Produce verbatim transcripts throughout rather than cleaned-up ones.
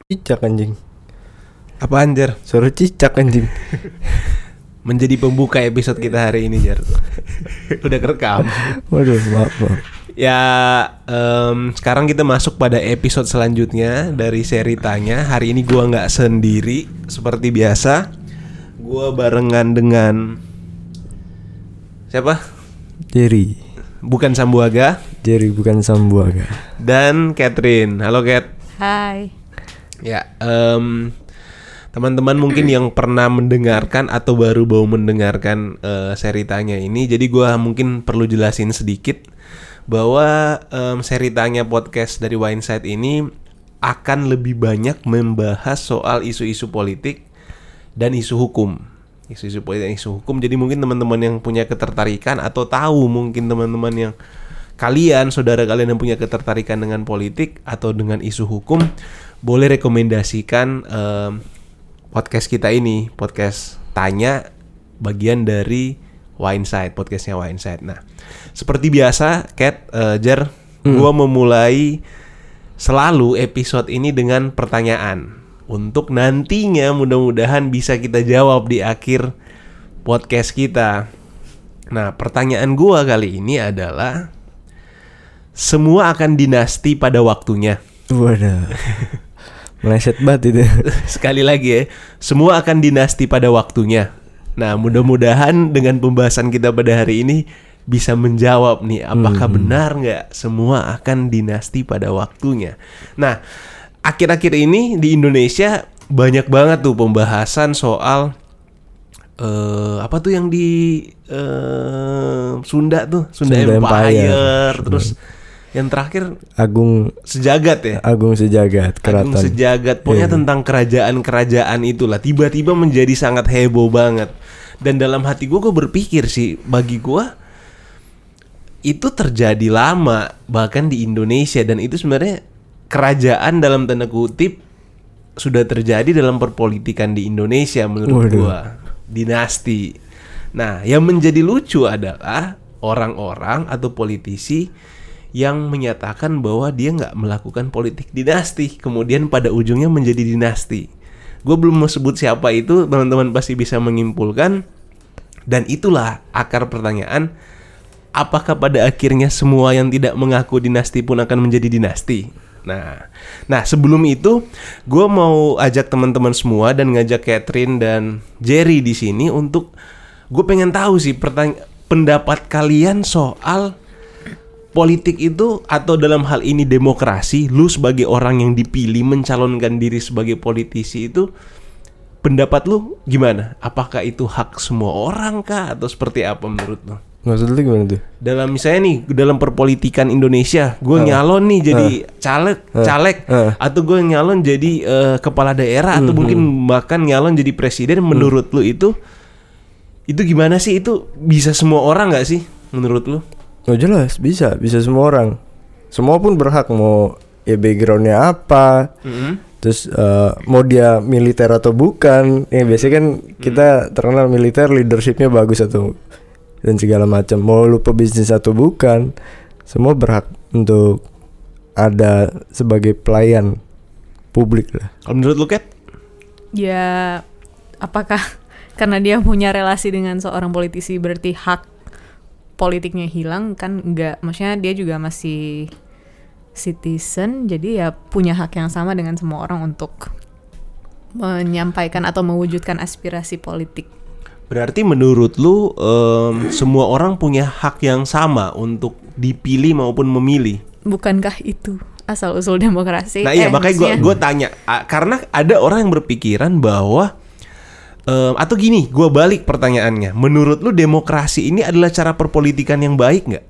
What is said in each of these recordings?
Cicak anjing. Apa anjir? Suara cicak anjing. Menjadi pembuka episode kita hari ini, Jar. Udah kerekam. Waduh, maaf, maaf. Ya, um, sekarang kita masuk pada episode selanjutnya dari seri Tanya. Hari ini gua nggak sendiri seperti biasa. Gua barengan dengan siapa? Jerry. Bukan Sambuaga. Jerry bukan Sambuaga. Dan Catherine. Halo, Cat. Hai. Ya, um, teman-teman mungkin yang pernah mendengarkan atau baru mau mendengarkan uh, seri Tanya ini, jadi gue mungkin perlu jelasin sedikit bahwa um, seri Tanya podcast dari Wineside ini akan lebih banyak membahas soal isu-isu politik dan isu hukum. Isu-isu politik dan isu hukum. Jadi mungkin teman-teman yang punya ketertarikan atau tahu mungkin teman-teman yang kalian, saudara kalian yang punya ketertarikan dengan politik atau dengan isu hukum, boleh rekomendasikan um, podcast kita ini, podcast Tanya, bagian dari Wineside, podcastnya Wineside. Nah, seperti biasa, Kat, uh, Jar, hmm. gue memulai selalu episode ini dengan pertanyaan untuk nantinya mudah-mudahan bisa kita jawab di akhir podcast kita. Nah, pertanyaan gue kali ini adalah, semua akan dinasti pada waktunya. Waduh. Meleset banget itu. Sekali lagi ya, semua akan dinasti pada waktunya. Nah, mudah-mudahan dengan pembahasan kita pada hari ini bisa menjawab nih, apakah hmm. benar nggak semua akan dinasti pada waktunya. Nah, akhir-akhir ini di Indonesia banyak banget tuh pembahasan soal uh, apa tuh yang di uh, Sunda tuh, Sunda, Sunda Empire, Empire. Terus yang terakhir Agung Sejagat ya. Agung Sejagat, keraton. Agung Sejagat. Pokoknya yeah. tentang kerajaan-kerajaan itulah tiba-tiba menjadi sangat heboh banget. Dan dalam hati gue, gue berpikir sih, bagi gue itu terjadi lama bahkan di Indonesia, dan itu sebenarnya kerajaan dalam tanda kutip sudah terjadi dalam perpolitikan di Indonesia menurut gue. Dinasti. Nah, yang menjadi lucu adalah orang-orang atau politisi yang menyatakan bahwa dia nggak melakukan politik dinasti, kemudian pada ujungnya menjadi dinasti. Gue belum mau sebut siapa itu, teman-teman pasti bisa menyimpulkan. Dan itulah akar pertanyaan, apakah pada akhirnya semua yang tidak mengaku dinasti pun akan menjadi dinasti? Nah, nah sebelum itu, gue mau ajak teman-teman semua dan ngajak Catherine dan Jerry di sini untuk, gue pengen tahu sih pertanya- pendapat kalian soal politik itu, atau dalam hal ini demokrasi, lu sebagai orang yang dipilih mencalonkan diri sebagai politisi itu, pendapat lu gimana? Apakah itu hak semua orang kah? Atau seperti apa menurut lu? Maksudnya gimana tuh? Dalam misalnya nih, dalam perpolitikan Indonesia, gue uh, nyalon nih jadi uh, caleg, uh, caleg, uh, atau gue nyalon jadi uh, kepala daerah, uh, atau uh, mungkin bahkan nyalon jadi presiden, menurut uh, lu itu, itu gimana sih? Itu bisa semua orang nggak sih menurut lu? Oh jelas bisa, bisa semua orang. Semua pun berhak, mau ya backgroundnya apa, mm-hmm. terus uh, mau dia militer atau bukan. Ya biasanya kan kita mm. terkenal militer, leadershipnya bagus atau dan segala macam. Mau lu pebisnis atau bukan, semua berhak untuk ada sebagai pelayan publik lah. Kalau menurut lu, Kat? Ya, apakah karena dia punya relasi dengan seorang politisi berarti hak politiknya hilang? Kan enggak, maksudnya dia juga masih citizen, jadi ya punya hak yang sama dengan semua orang untuk menyampaikan atau mewujudkan aspirasi politik. Berarti menurut lu um, semua orang punya hak yang sama untuk dipilih maupun memilih? Bukankah itu asal-usul demokrasi? Nah iya, eh, makanya gue tanya, karena ada orang yang berpikiran bahwa Um, atau gini, gue balik pertanyaannya. Menurut lu demokrasi ini adalah cara perpolitikan yang baik nggak?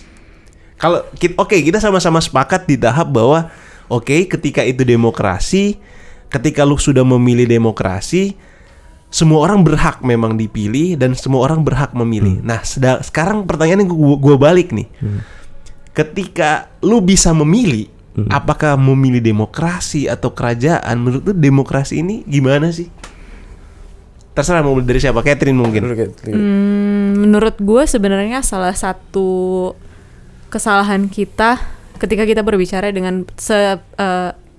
Kalau oke okay, kita sama-sama sepakat di tahap bahwa oke okay, ketika itu demokrasi, ketika lu sudah memilih demokrasi, semua orang berhak memang dipilih dan semua orang berhak memilih. Hmm. Nah seda- sekarang pertanyaannya gue gue balik nih. Hmm. Ketika lu bisa memilih, hmm. apakah memilih demokrasi atau kerajaan? Menurut lu demokrasi ini gimana sih? Terserah mau dari siapa, Catherine mungkin. Hmm, menurut gue sebenarnya salah satu kesalahan kita ketika kita berbicara dengan se, uh,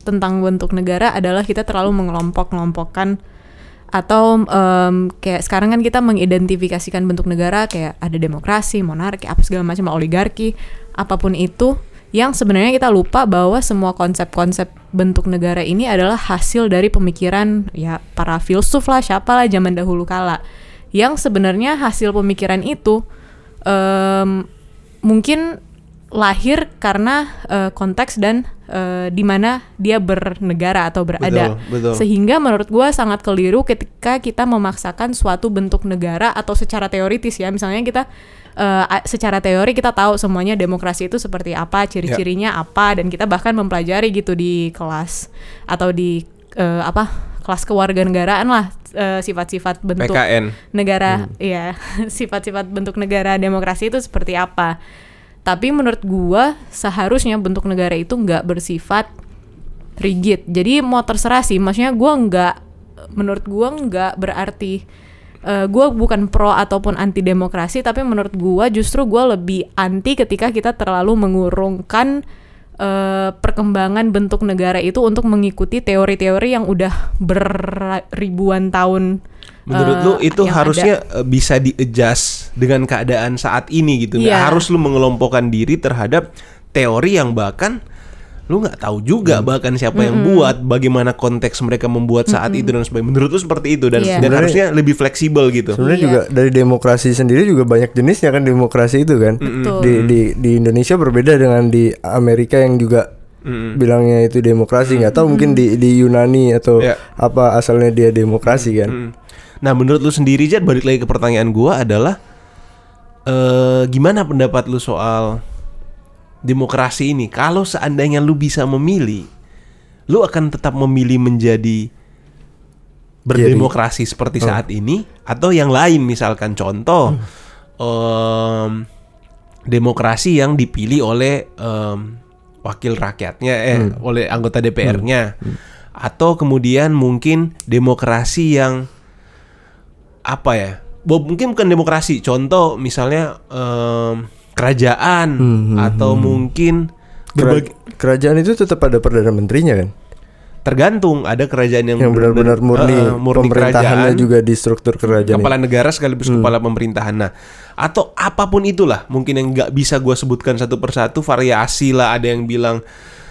tentang bentuk negara adalah kita terlalu mengelompok-kelompokkan atau um, kayak sekarang kan kita mengidentifikasikan bentuk negara kayak ada demokrasi, monarki, apa segala macam, oligarki, apapun itu, yang sebenarnya kita lupa bahwa semua konsep-konsep bentuk negara ini adalah hasil dari pemikiran ya para filsuf lah, siapa lah zaman dahulu kala, yang sebenarnya hasil pemikiran itu um, mungkin lahir karena uh, konteks dan uh, di mana dia bernegara atau berada. Betul, betul. Sehingga menurut gue sangat keliru ketika kita memaksakan suatu bentuk negara atau secara teoritis ya, misalnya kita uh, secara teori kita tahu semuanya demokrasi itu seperti apa, ciri-cirinya yeah. apa, dan kita bahkan mempelajari gitu di kelas atau di uh, apa kelas kewarganegaraan lah, uh, sifat-sifat bentuk P K N negara, hmm. ya sifat-sifat bentuk negara demokrasi itu seperti apa. Tapi menurut gua seharusnya bentuk negara itu nggak bersifat rigid. Jadi mau terserah sih, maksudnya gua nggak, menurut gua nggak berarti uh, gua bukan pro ataupun anti demokrasi, tapi menurut gua justru gua lebih anti ketika kita terlalu mengurungkan uh, perkembangan bentuk negara itu untuk mengikuti teori-teori yang udah beribuan tahun. Menurut uh, lu itu harusnya ada. bisa di-adjust dengan keadaan saat ini gitu. Nggak yeah. harus lu mengelompokkan diri terhadap teori yang bahkan lu nggak tahu juga hmm. bahkan siapa hmm. yang buat, bagaimana konteks mereka membuat saat hmm. itu dan sebagainya. Menurut lu seperti itu dan, yeah. dan harusnya lebih fleksibel gitu. Sebenarnya yeah. juga dari demokrasi sendiri juga banyak jenisnya kan, demokrasi itu kan. Betul. Di di di Indonesia berbeda dengan di Amerika yang juga mm-hmm. bilangnya itu demokrasi. Nggak tahu mm-hmm. mungkin di di Yunani atau yeah. apa asalnya dia demokrasi kan. Mm-hmm. Nah, menurut lu sendiri, Jad, balik lagi ke pertanyaan gua adalah uh, gimana pendapat lu soal demokrasi ini? Kalau seandainya lu bisa memilih, lu akan tetap memilih menjadi berdemokrasi Jadi, seperti oh. saat ini, atau yang lain, misalkan contoh hmm. um, demokrasi yang dipilih oleh um, wakil rakyatnya, eh hmm. oleh anggota D P R-nya, hmm. Hmm. atau kemudian mungkin demokrasi yang apa ya? Bo, mungkin bukan demokrasi. Contoh misalnya um, kerajaan hmm, atau hmm. mungkin berbagi... kerajaan itu tetap ada perdana menterinya kan? Tergantung, ada kerajaan yang, yang benar-benar murni, uh, murni pemerintahannya kerajaan, juga di struktur kerajaan. Kepala negara sekaligus hmm. kepala pemerintahan. Nah, atau apapun itulah, mungkin yang nggak bisa gue sebutkan satu persatu, variasi lah. Ada yang bilang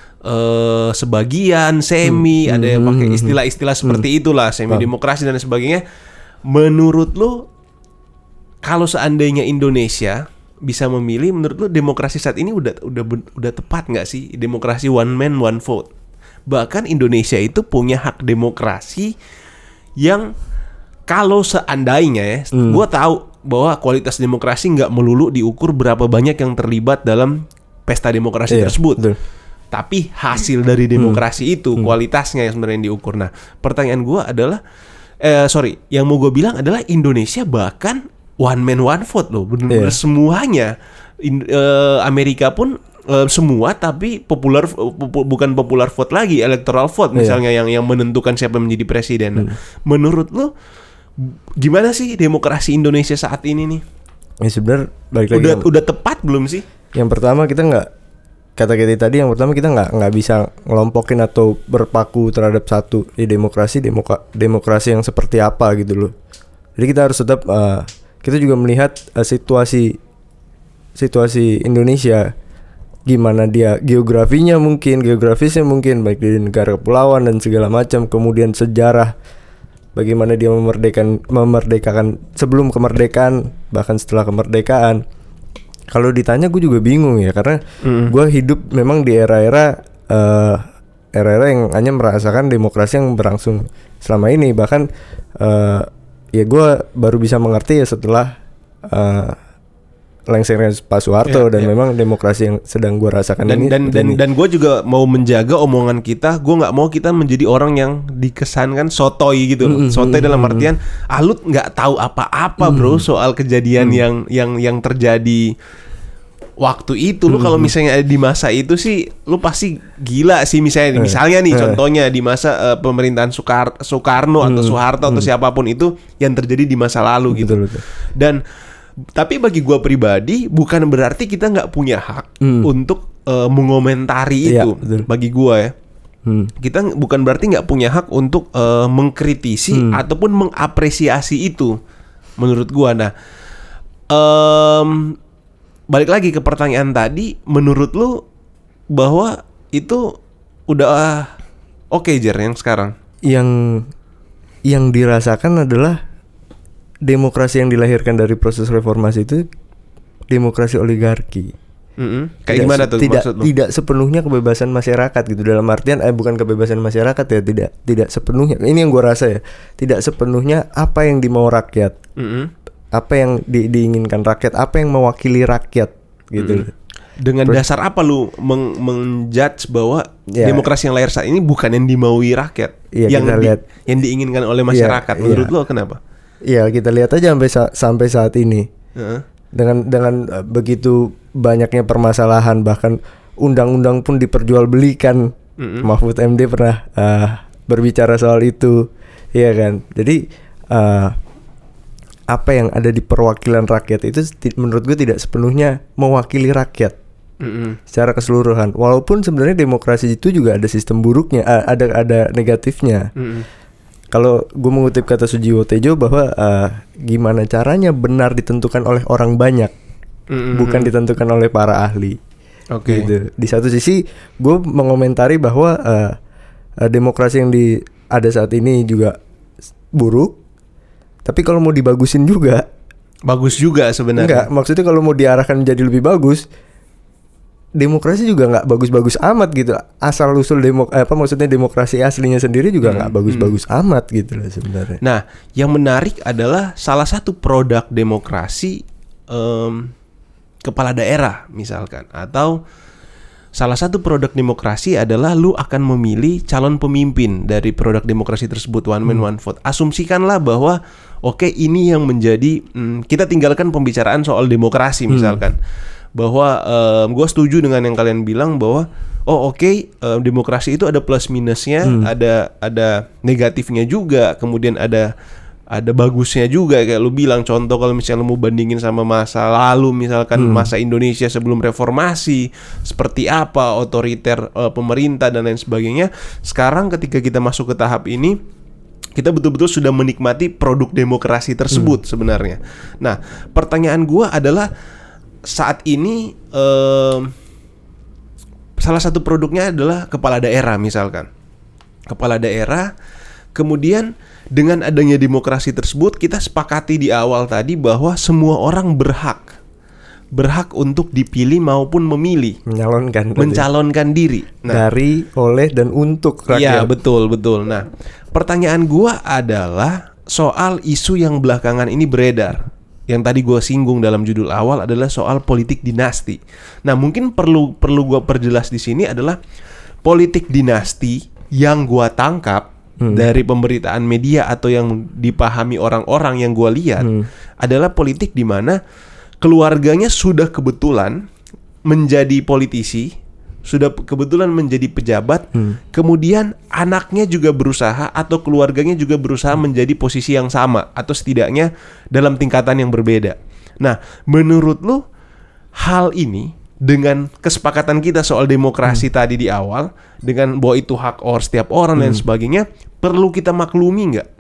uh, sebagian, semi, hmm. ada yang pakai istilah-istilah seperti hmm. itulah, semi demokrasi dan sebagainya. Menurut lo, kalau seandainya Indonesia bisa memilih, menurut lo demokrasi saat ini udah udah udah tepat nggak sih demokrasi one man one vote? Bahkan Indonesia itu punya hak demokrasi yang kalau seandainya ya, hmm. gue tahu bahwa kualitas demokrasi nggak melulu diukur berapa banyak yang terlibat dalam pesta demokrasi iya, tersebut. Betul. Tapi hasil dari demokrasi hmm. itu hmm. kualitasnya yang sebenarnya diukur. Nah, pertanyaan gue adalah, eh, sorry, yang mau gue bilang adalah Indonesia bahkan one man one vote loh, benar-benar yeah. semuanya. In, uh, Amerika pun uh, semua, tapi popular uh, popu, bukan popular vote lagi, electoral vote misalnya yeah. yang yang menentukan siapa yang menjadi presiden. Hmm. Menurut lo gimana sih demokrasi Indonesia saat ini nih? Ya sebenarnya balik lagi udah yang, udah tepat belum sih? Yang pertama kita nggak, kata kita tadi yang pertama kita nggak nggak bisa ngelompokin atau berpaku terhadap satu ya, demokrasi demokra, demokrasi yang seperti apa gitu loh. Jadi kita harus tetap uh, kita juga melihat uh, situasi situasi Indonesia, gimana dia geografinya mungkin, geografisnya mungkin, baik di negara kepulauan dan segala macam, kemudian sejarah, bagaimana dia memerdekakan memerdekakan sebelum kemerdekaan, bahkan setelah kemerdekaan. Kalau ditanya gue juga bingung ya, karena mm. gue hidup memang di era-era uh, era-era yang hanya merasakan demokrasi yang berlangsung selama ini. Bahkan uh, ya gue baru bisa mengerti ya setelah uh, lengsernya Pak Soeharto yeah, dan yeah. memang demokrasi yang sedang gue rasakan dan, ini. Dan dan dan gue juga mau menjaga omongan kita. Gue nggak mau kita menjadi orang yang dikesankan sotoy gitu. Mm-hmm. Sotoy dalam artian ah lu nggak tahu apa-apa mm-hmm. bro soal kejadian mm-hmm. yang yang yang terjadi waktu itu. Lu mm-hmm. kalau misalnya ada di masa itu sih, lu pasti gila sih misalnya. Eh. Misalnya nih eh. contohnya di masa uh, pemerintahan Soekar- Soekarno mm-hmm. atau Soeharto mm-hmm. atau siapapun itu yang terjadi di masa lalu gitu. Betul, betul. Dan tapi bagi gue pribadi bukan berarti kita nggak punya hak hmm. untuk uh, mengomentari iya, itu. betul. Bagi gue ya, Hmm. Kita bukan berarti nggak punya hak untuk uh, mengkritisi Hmm. ataupun mengapresiasi itu. Menurut gua, nah, um, balik lagi ke pertanyaan tadi, menurut lu bahwa itu udah uh, oke okay, Jer yang sekarang? Yang yang dirasakan adalah demokrasi yang dilahirkan dari proses reformasi itu demokrasi oligarki. Mm-hmm. Kayak Tidak gimana se- tuh tidak, maksud lu? Tidak sepenuhnya kebebasan masyarakat gitu, dalam artian eh bukan kebebasan masyarakat ya, tidak tidak sepenuhnya. Ini yang gue rasa ya, tidak sepenuhnya apa yang dimau rakyat, Mm-hmm. apa yang di, diinginkan rakyat, apa yang mewakili rakyat gitu. Mm-hmm. Dengan Terus- dasar apa lu meng- menjudge bahwa Ya. demokrasi yang lahir saat ini bukan yang dimaui rakyat, Iya, yang kita di- lihat. yang diinginkan oleh masyarakat? Iya, Menurut iya. lu kenapa? Iya, kita lihat aja sampai sa- sampai saat ini. Heeh. Dengan dengan uh, begitu banyaknya permasalahan, bahkan undang-undang pun diperjualbelikan. Mm-mm. Mahfud M D pernah uh, berbicara soal itu, iya kan. Jadi uh, apa yang ada di perwakilan rakyat itu sti- menurut gue tidak sepenuhnya mewakili rakyat Mm-mm. secara keseluruhan. Walaupun sebenarnya demokrasi itu juga ada sistem buruknya, uh, ada ada negatifnya. Mm-mm. Kalau gue mengutip kata Sujiwo Tejo bahwa uh, gimana caranya benar ditentukan oleh orang banyak, Mm-mm. bukan ditentukan oleh para ahli. Oke. Gitu. Di satu sisi gue mengomentari bahwa uh, uh, demokrasi yang di ada saat ini juga buruk, tapi kalau mau dibagusin juga Bagus juga sebenarnya. enggak. Maksudnya kalau mau diarahkan menjadi lebih bagus, demokrasi juga nggak bagus-bagus amat gitu. Asal usul demok eh, apa maksudnya demokrasi aslinya sendiri juga nggak Hmm, bagus-bagus amat gitu lah sebenarnya. Nah, yang menarik adalah salah satu produk demokrasi em, kepala daerah misalkan, atau salah satu produk demokrasi adalah lu akan memilih calon pemimpin dari produk demokrasi tersebut, one man one vote. Asumsikanlah bahwa oke okay, ini yang menjadi hmm, kita tinggalkan pembicaraan soal demokrasi misalkan. Bahwa um, gue setuju dengan yang kalian bilang bahwa oh oke okay, um, demokrasi itu ada plus minusnya, Hmm. ada ada negatifnya juga, kemudian ada ada bagusnya juga kayak lu bilang. Contoh kalau misalnya lu mau bandingin sama masa lalu misalkan Hmm. masa Indonesia sebelum reformasi, seperti apa otoriter uh, pemerintah dan lain sebagainya. Sekarang ketika kita masuk ke tahap ini, kita betul-betul sudah menikmati produk demokrasi tersebut sebenarnya. Nah, pertanyaan gua adalah saat ini um, salah satu produknya adalah kepala daerah misalkan. Kepala daerah, kemudian dengan adanya demokrasi tersebut kita sepakati di awal tadi bahwa semua orang berhak berhak untuk dipilih maupun memilih, Menyalonkan berarti. mencalonkan diri. Nah, Dari, oleh, dan untuk iya rakyat. betul betul. Nah, pertanyaan gua adalah soal isu yang belakangan ini beredar. Yang tadi gua singgung dalam judul awal adalah soal politik dinasti. Nah, mungkin perlu perlu gua perjelas di sini adalah politik dinasti yang gua tangkap Hmm. dari pemberitaan media atau yang dipahami orang-orang yang gua lihat Hmm. adalah politik di mana keluarganya sudah kebetulan menjadi politisi, sudah kebetulan menjadi pejabat, Hmm. kemudian anaknya juga berusaha atau keluarganya juga berusaha menjadi posisi yang sama atau setidaknya dalam tingkatan yang berbeda. Nah, menurut lu hal ini dengan kesepakatan kita soal demokrasi Hmm. tadi di awal, dengan bahwa itu hak or setiap orang dan Hmm. sebagainya, perlu kita maklumi nggak?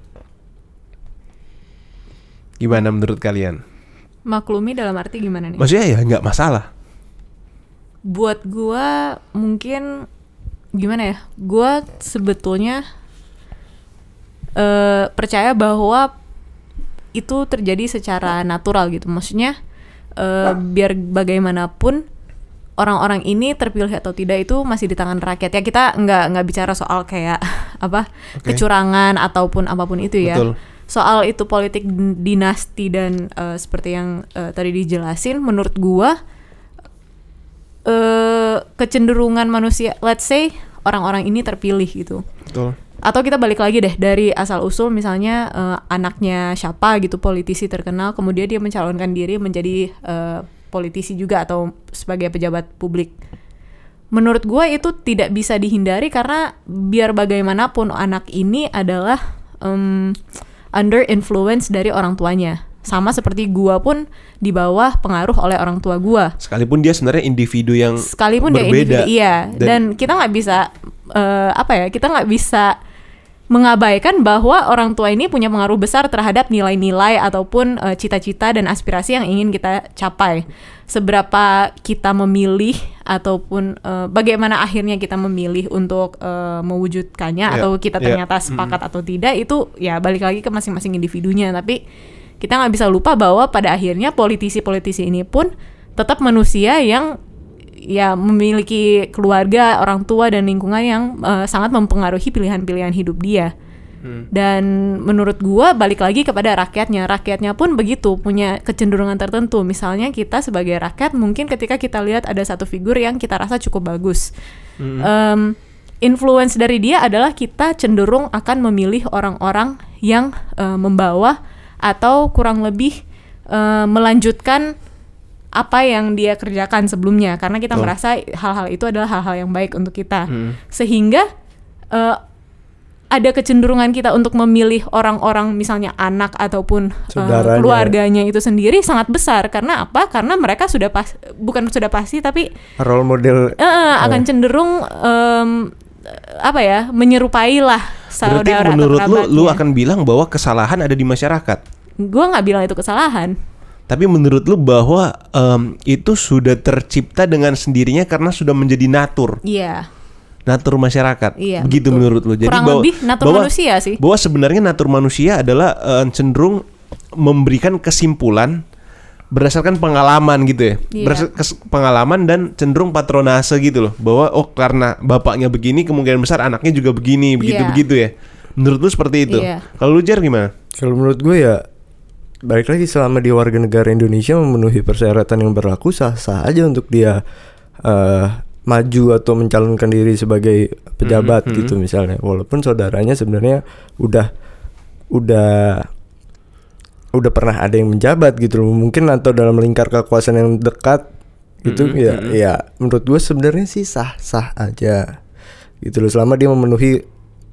Gimana menurut kalian? Maklumi dalam arti gimana nih? Maksudnya ya nggak masalah. Buat gua mungkin gimana ya? Gua sebetulnya eh, percaya bahwa itu terjadi secara natural gitu. Maksudnya eh, biar bagaimanapun orang-orang ini terpilih atau tidak itu masih di tangan rakyat. Ya kita nggak nggak bicara soal kayak apa Oke. kecurangan ataupun apapun itu ya. Betul. Soal itu politik dinasti dan eh, seperti yang eh, tadi dijelasin, menurut gua eh kecenderungan manusia, let's say orang-orang ini terpilih gitu. Betul. Atau kita balik lagi deh dari asal usul misalnya eh, anaknya siapa gitu politisi terkenal, kemudian dia mencalonkan diri menjadi eh, politisi juga atau sebagai pejabat publik. Menurut gue itu tidak bisa dihindari karena biar bagaimanapun anak ini adalah um, under influence dari orang tuanya. Sama seperti gue pun di bawah pengaruh oleh orang tua gue. Sekalipun dia sebenarnya individu yang Sekalipun dia berbeda. individu, iya. Dan- Dan, kita nggak bisa uh, apa ya, kita nggak bisa mengabaikan bahwa orang tua ini punya pengaruh besar terhadap nilai-nilai ataupun uh, cita-cita dan aspirasi yang ingin kita capai. Seberapa kita memilih ataupun uh, bagaimana akhirnya kita memilih untuk uh, mewujudkannya yeah. atau kita ternyata yeah. sepakat mm-hmm. atau tidak, itu ya balik lagi ke masing-masing individunya. Tapi kita nggak bisa lupa bahwa pada akhirnya politisi-politisi ini pun tetap manusia yang ya memiliki keluarga, orang tua dan lingkungan yang uh, sangat mempengaruhi pilihan-pilihan hidup dia. Hmm. Dan menurut gua balik lagi kepada rakyatnya. Rakyatnya pun begitu, punya kecenderungan tertentu. Misalnya kita sebagai rakyat mungkin ketika kita lihat ada satu figur yang kita rasa cukup bagus. Hmm. Um, influence dari dia adalah kita cenderung akan memilih orang-orang yang uh, membawa atau kurang lebih uh, melanjutkan apa yang dia kerjakan sebelumnya, karena kita oh. merasa hal-hal itu adalah hal-hal yang baik untuk kita. Hmm. Sehingga uh, ada kecenderungan kita untuk memilih orang-orang misalnya anak ataupun uh, keluarganya itu sendiri sangat besar. Karena apa? Karena mereka sudah pas, bukan sudah pasti tapi role model uh, akan cenderung um, apa ya, menyerupai lah saudara. Berarti menurut lu, lu akan bilang bahwa kesalahan ada di masyarakat? Gua nggak bilang itu kesalahan. Tapi menurut lu bahwa um, itu sudah tercipta dengan sendirinya karena sudah menjadi natur. Iya. Natur masyarakat. Iya, begitu betul. Menurut lu. Jadi kurang bahwa, lebih natur bahwa, manusia sih. Bahwa sebenarnya natur manusia adalah uh, cenderung memberikan kesimpulan berdasarkan pengalaman gitu ya. Iya. Berdasarkan pengalaman dan cenderung patronase gitu loh. Bahwa oh karena bapaknya begini kemungkinan besar anaknya juga begini, begitu-begitu ya. Menurut lu seperti itu. Iya. Kalau lu Jar gimana? Kalau menurut gue ya balik lagi, selama dia warga negara Indonesia memenuhi persyaratan yang berlaku, sah-sah aja untuk dia uh, maju atau mencalonkan diri sebagai pejabat mm-hmm. gitu misalnya. Walaupun saudaranya sebenarnya udah udah udah pernah ada yang menjabat gitu loh, mungkin atau dalam lingkar kekuasaan yang dekat gitu mm-hmm. ya. Ya menurut gue sebenarnya sih sah-sah aja gitu loh, selama dia memenuhi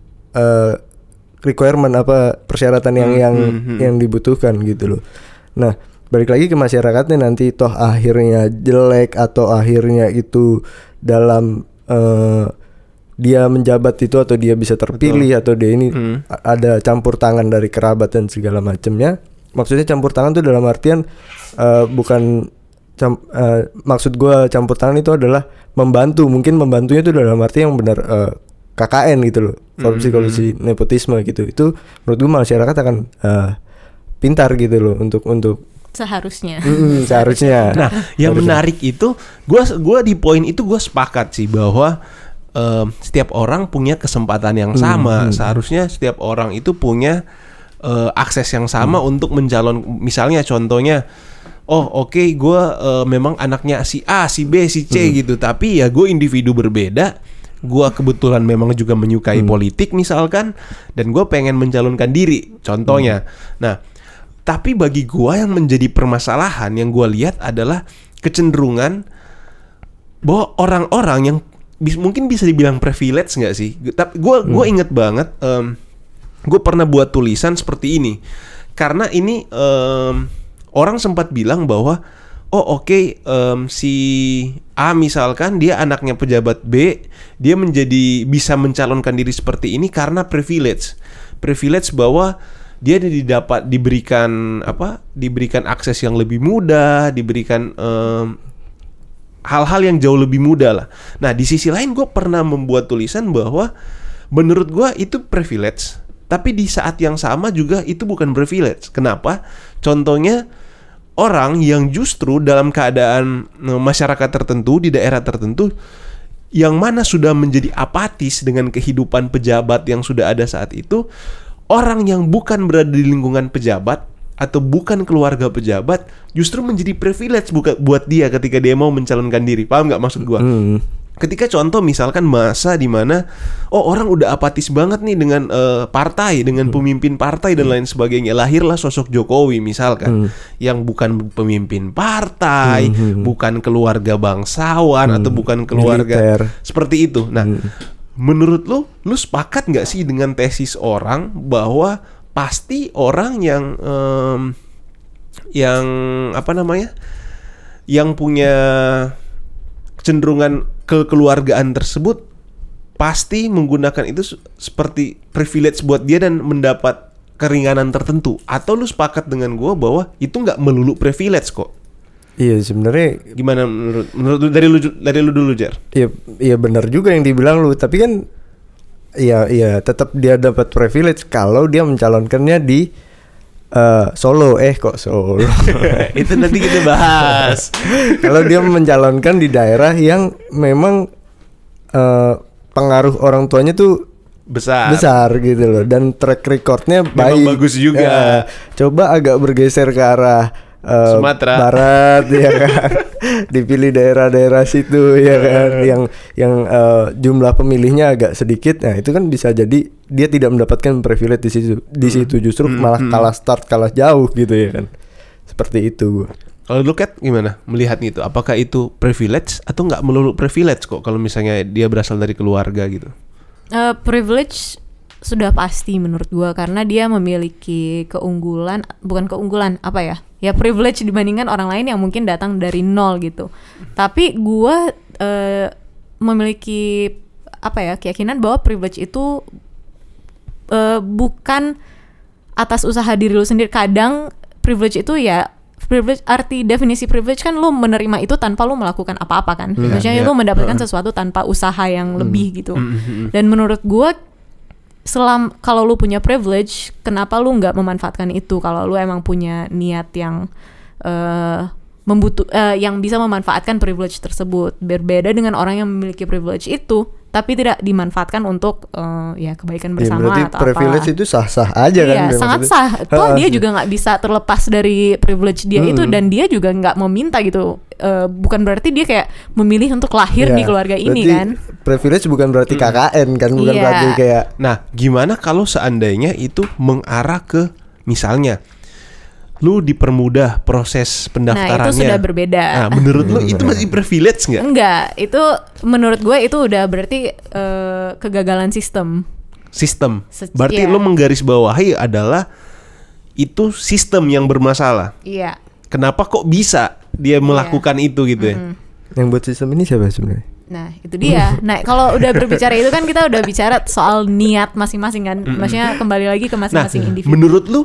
uh, requirement apa persyaratan yang yang mm-hmm. yang dibutuhkan gitu loh. Nah, balik lagi ke masyarakatnya, nanti toh akhirnya jelek atau akhirnya itu dalam uh, dia menjabat itu atau dia bisa terpilih Betul. Atau dia ini mm. ada campur tangan dari kerabat dan segala macamnya. Maksudnya campur tangan itu dalam artian uh, bukan cam, uh, maksud gue campur tangan itu adalah membantu, mungkin membantunya itu dalam arti yang benar uh, K K N gitu loh, korupsi-korupsi mm-hmm. nepotisme gitu. Itu menurut gue masyarakat akan uh, pintar gitu loh untuk untuk seharusnya. Mm, seharusnya. Nah, yang seharusnya. Menarik itu, gue gua di poin itu gue sepakat sih bahwa um, setiap orang punya kesempatan yang sama. Mm-hmm. Seharusnya setiap orang itu punya uh, akses yang sama mm. untuk mencalon. Misalnya contohnya, oh oke okay, gue uh, memang anaknya si A, si B, si C mm. gitu. Tapi ya gue individu berbeda. Gue kebetulan memang juga menyukai hmm. politik misalkan, dan gue pengen mencalonkan diri contohnya. Hmm. Nah, tapi bagi gue yang menjadi permasalahan yang gue lihat adalah kecenderungan bahwa orang-orang yang bis, mungkin bisa dibilang privilege nggak sih? Tapi gue gue hmm. inget banget, um, gue pernah buat tulisan seperti ini karena ini um, orang sempat bilang bahwa oh oke okay, um, si A misalkan dia anaknya pejabat B, dia menjadi bisa mencalonkan diri seperti ini karena privilege, privilege bahwa dia didapat diberikan apa, diberikan akses yang lebih mudah, diberikan um, hal-hal yang jauh lebih mudah lah. Nah di sisi lain gue pernah membuat tulisan bahwa menurut gue itu privilege, tapi di saat yang sama juga itu bukan privilege. Kenapa? Contohnya orang yang justru dalam keadaan masyarakat tertentu di daerah tertentu yang mana sudah menjadi apatis dengan kehidupan pejabat yang sudah ada saat itu, orang yang bukan berada di lingkungan pejabat atau bukan keluarga pejabat justru menjadi privilege buka, buat dia ketika dia mau mencalonkan diri. Paham nggak maksud gua? Hmm. Ketika contoh misalkan masa di mana oh orang udah apatis banget nih dengan uh, partai, dengan pemimpin partai dan lain sebagainya, lahirlah sosok Jokowi misalkan, hmm. yang bukan pemimpin partai, hmm. bukan keluarga bangsawan hmm. atau bukan keluarga militer seperti itu. Nah, hmm. menurut lu, lu sepakat nggak sih dengan tesis orang bahwa pasti orang yang um, yang apa namanya, yang punya kecenderungan kekeluargaan tersebut pasti menggunakan itu su- seperti privilege buat dia dan mendapat keringanan tertentu. Atau lu sepakat dengan gue bahwa itu nggak melulu privilege kok? Iya sebenarnya. Gimana menurut menurut lu, dari lu dari lu dulu Jar? Iya iya benar juga yang dibilang lu, tapi kan iya iya tetap dia dapat privilege kalau dia mencalonkannya di uh, Solo eh kok Solo. Itu nanti kita bahas. Kalau dia mencalonkan di daerah yang memang uh, pengaruh orang tuanya tuh besar besar gitu loh, dan track recordnya memang baik, bagus juga. Ya, coba agak bergeser ke arah uh, Sumatera Barat ya kan, dipilih daerah-daerah situ ya kan, yang yang uh, jumlah pemilihnya agak sedikit, nah itu kan bisa jadi dia tidak mendapatkan privilege di situ, di situ justru hmm, malah hmm. kalah start, kalah jauh gitu ya kan, seperti itu gua. Kalau lu Kat gimana melihat itu? Apakah itu privilege atau nggak melulu privilege kok kalau misalnya dia berasal dari keluarga gitu? Uh, privilege sudah pasti menurut gua karena dia memiliki keunggulan, bukan keunggulan apa ya? Ya privilege dibandingkan orang lain yang mungkin datang dari nol gitu. Tapi gua uh, memiliki apa ya keyakinan bahwa privilege itu uh, bukan atas usaha diri lu sendiri. Kadang privilege itu ya privilege, arti definisi privilege kan lu menerima itu tanpa lu melakukan apa-apa kan. Yeah, Maksudnya yeah. lu mendapatkan uh. sesuatu tanpa usaha yang Hmm. lebih gitu. Hmm, hmm, hmm. Dan menurut gua selam kalau lu punya privilege, kenapa lu nggak memanfaatkan itu? Kalau lu emang punya niat yang uh, membutuh uh, yang bisa memanfaatkan privilege tersebut. Berbeda dengan orang yang memiliki privilege itu tapi tidak dimanfaatkan untuk uh, ya kebaikan Ya, bersama berarti atau privilege apa. itu sah-sah aja kan? Iya, dia sangat maksudnya. sah. Toh Ha, dia juga nggak bisa terlepas dari privilege dia Mm-mm. itu, dan dia juga nggak meminta gitu. Uh, bukan berarti dia kayak memilih untuk lahir Iya, di keluarga ini berarti kan. privilege bukan berarti K K N kan, bukan Iya. berarti kayak Nah, gimana kalau seandainya itu mengarah ke misalnya lu dipermudah proses pendaftarannya? Nah itu sudah berbeda. Nah, menurut lu itu masih privilege nggak? Enggak, itu menurut gue itu udah berarti uh, kegagalan sistem. Sistem. Se- Berarti iya. lu menggarisbawahi adalah itu sistem yang bermasalah. Iya. Kenapa kok bisa dia melakukan itu gitu ya? Mm-mm. yang buat sistem ini siapa sebenarnya? Nah itu dia. Nah kalau udah berbicara itu kan kita udah bicara soal niat masing-masing kan. Maksudnya kembali lagi ke Nah, masing-masing individu. menurut lu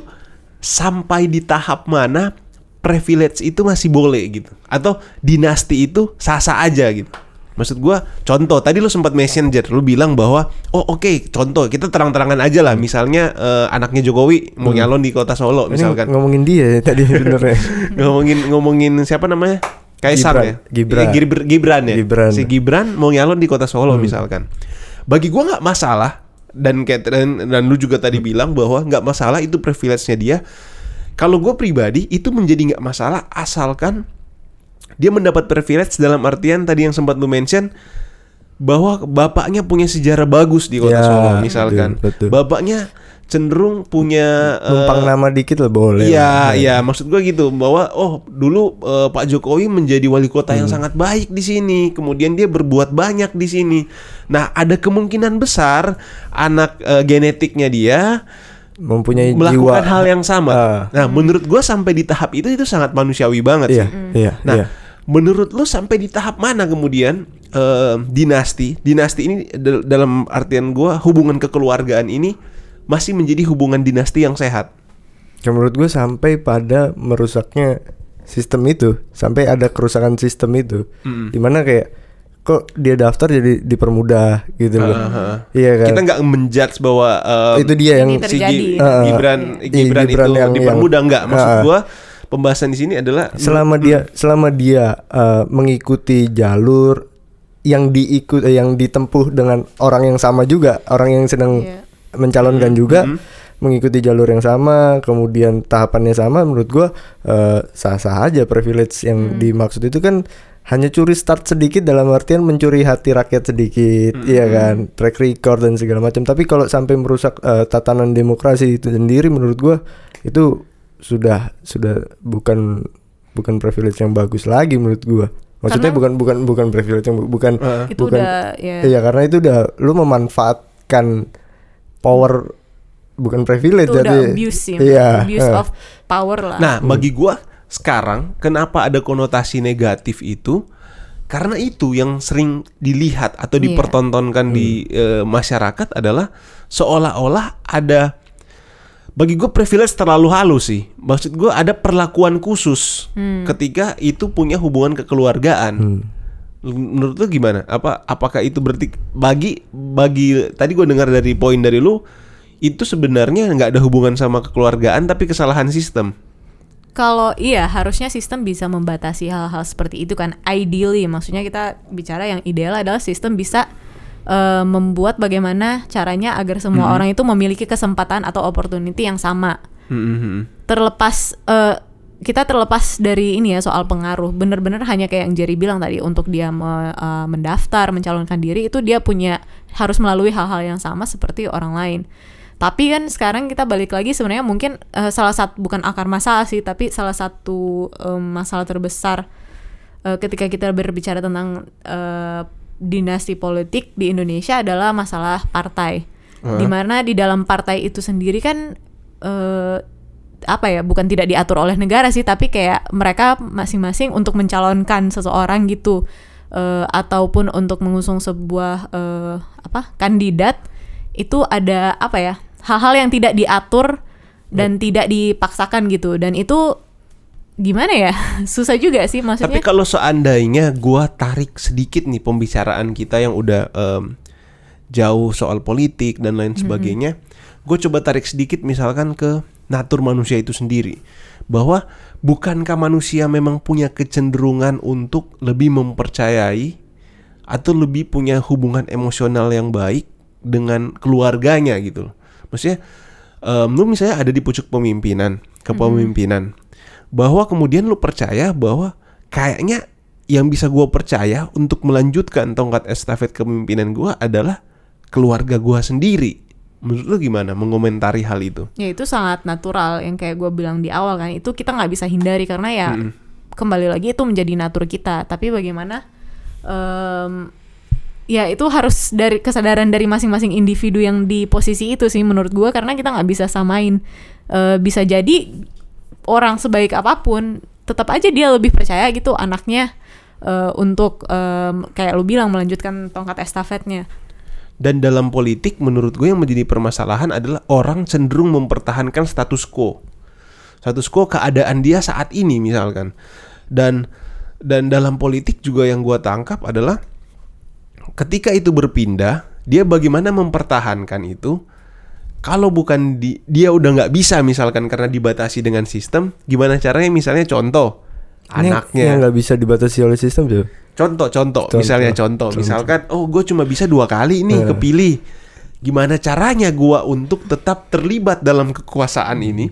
sampai di tahap mana privilege itu masih boleh gitu? Atau dinasti itu sah-sah aja gitu? Maksud gua, contoh tadi lu sempat messenger, lu bilang bahwa oh oke, okay, contoh kita terang-terangan aja lah, misalnya eh, anaknya Jokowi mau nyalon di kota Solo Ini misalkan. ngomongin dia ya tadi sebenarnya. ngomongin ngomongin siapa namanya? Kaisar Gibran. ya? Gibran. Eh, Gibran. Gibran ya? Gibran. Si Gibran mau nyalon di kota Solo misalkan. Bagi gua nggak masalah, dan Catherine dan lu juga tadi bilang bahwa nggak masalah, itu privilege-nya dia. Kalau gue pribadi itu menjadi nggak masalah asalkan dia mendapat privilege dalam artian tadi yang sempat lu mention bahwa bapaknya punya sejarah bagus di kota Ya, Solo misalkan. betul, betul. Bapaknya cenderung punya Numpang eh, nama dikit lah boleh. Iya, lah. iya, maksud gue gitu bahwa oh dulu eh, Pak Jokowi menjadi wali kota yang sangat baik di sini, kemudian dia berbuat banyak di sini. Nah, ada kemungkinan besar anak eh, genetiknya dia Mempunyai melakukan jiwa. hal yang sama. Ah. Nah, menurut gue sampai di tahap itu itu sangat manusiawi banget Iya, sih. iya, Nah, iya. menurut lu sampai di tahap mana kemudian eh, dinasti, dinasti ini dal- dalam artian gue hubungan kekeluargaan ini masih menjadi hubungan dinasti yang sehat? Ya, menurut gue sampai pada merusaknya sistem itu, sampai ada kerusakan sistem itu, Mm. dimana kayak kok dia daftar jadi dipermudah gitu loh. Uh-huh. Iya kan. Kita nggak menjudge bahwa um, Itu dia yang Ini si terjadi. Gi- Uh, Gibran, iya, Gibran, Gibran itu yang- dipermudah yang- nggak? Maksud uh, gua pembahasan di sini adalah selama dia selama dia uh, mengikuti jalur yang diikut eh, yang ditempuh dengan orang yang sama juga, orang yang sedang Iya. mencalonkan juga Mhm. mengikuti jalur yang sama, kemudian tahapannya sama, menurut gua uh, sah-sah aja. Privilege yang dimaksud itu kan hanya curi start sedikit, dalam artian mencuri hati rakyat sedikit, iya kan, track record dan segala macam. Tapi kalau sampai merusak uh, tatanan demokrasi itu sendiri, menurut gua itu sudah sudah bukan bukan privilege yang bagus lagi menurut gua. Maksudnya Karena- bukan bukan bukan privilege yang bu- bukan Uh, Itu bukan udah ya. iya, karena itu udah lu memanfaatkan power, bukan privilege Itu udah jadi abuse sih. iya, Abuse eh. of power lah. Nah, bagi gua sekarang kenapa ada konotasi negatif itu? Karena itu yang sering dilihat atau Iya. dipertontonkan di uh, masyarakat adalah seolah-olah ada, bagi gue privilege terlalu halus sih. Maksud gue ada perlakuan khusus Hmm. ketika itu punya hubungan kekeluargaan. Hmm. Menurut lu gimana? Apa apakah itu berarti bagi bagi tadi gue dengar dari poin dari lu itu sebenarnya nggak ada hubungan sama kekeluargaan tapi kesalahan sistem. Kalau iya harusnya sistem bisa membatasi hal-hal seperti itu kan, ideally maksudnya kita bicara yang ideal adalah sistem bisa uh, membuat bagaimana caranya agar semua Hmm. orang itu memiliki kesempatan atau opportunity yang sama. Hmm. Terlepas uh, kita terlepas dari ini ya soal pengaruh, bener-bener hanya kayak yang Jerry bilang tadi, untuk dia me, uh, mendaftar mencalonkan diri itu dia punya harus melalui hal-hal yang sama seperti orang lain. Tapi kan sekarang kita balik lagi sebenarnya mungkin uh, salah satu, bukan akar masalah sih, tapi salah satu um, masalah terbesar uh, ketika kita berbicara tentang uh, dinasti politik di Indonesia adalah masalah partai. Uh. Dimana di dalam partai itu sendiri kan uh, apa ya, bukan tidak diatur oleh negara sih, tapi kayak mereka masing-masing untuk mencalonkan seseorang gitu, uh, ataupun untuk mengusung sebuah uh, apa kandidat, itu ada apa ya, hal-hal yang tidak diatur dan hmm. tidak dipaksakan gitu, dan itu gimana ya, susah juga sih maksudnya. Tapi kalau seandainya gua tarik sedikit nih pembicaraan kita yang udah um, jauh soal politik dan lain sebagainya, mm-hmm. gue coba tarik sedikit misalkan ke natur manusia itu sendiri, bahwa bukankah manusia memang punya kecenderungan untuk lebih mempercayai atau lebih punya hubungan emosional yang baik dengan keluarganya gitu loh. Maksudnya um, lu misalnya ada di pucuk pemimpinan, kepemimpinan, mm-hmm. bahwa kemudian lu percaya bahwa kayaknya yang bisa gue percaya untuk melanjutkan tongkat estafet kepemimpinan gue adalah keluarga gue sendiri. Menurut lu gimana mengomentari hal itu? Ya itu sangat natural, yang kayak gue bilang di awal kan, itu kita nggak bisa hindari karena ya mm-hmm. kembali lagi itu menjadi natur kita. Tapi bagaimana um, ya itu harus dari kesadaran dari masing-masing individu yang di posisi itu sih menurut gue, karena kita nggak bisa samain. E, bisa jadi orang sebaik apapun tetap aja dia lebih percaya gitu anaknya e, untuk e, kayak lu bilang melanjutkan tongkat estafetnya. Dan dalam politik menurut gue yang menjadi permasalahan adalah orang cenderung mempertahankan status quo. Status quo keadaan dia saat ini misalkan. Dan dan dalam politik juga yang gue tangkap adalah ketika itu berpindah, dia bagaimana mempertahankan itu. Kalau bukan di, dia udah nggak bisa misalkan karena dibatasi dengan sistem, gimana caranya misalnya contoh ini anaknya yang nggak bisa dibatasi oleh sistem tuh. Contoh, contoh, contoh, misalnya contoh, contoh. misalkan, oh gue cuma bisa dua kali nih uh. kepilih. Gimana caranya gue untuk tetap terlibat dalam kekuasaan ini,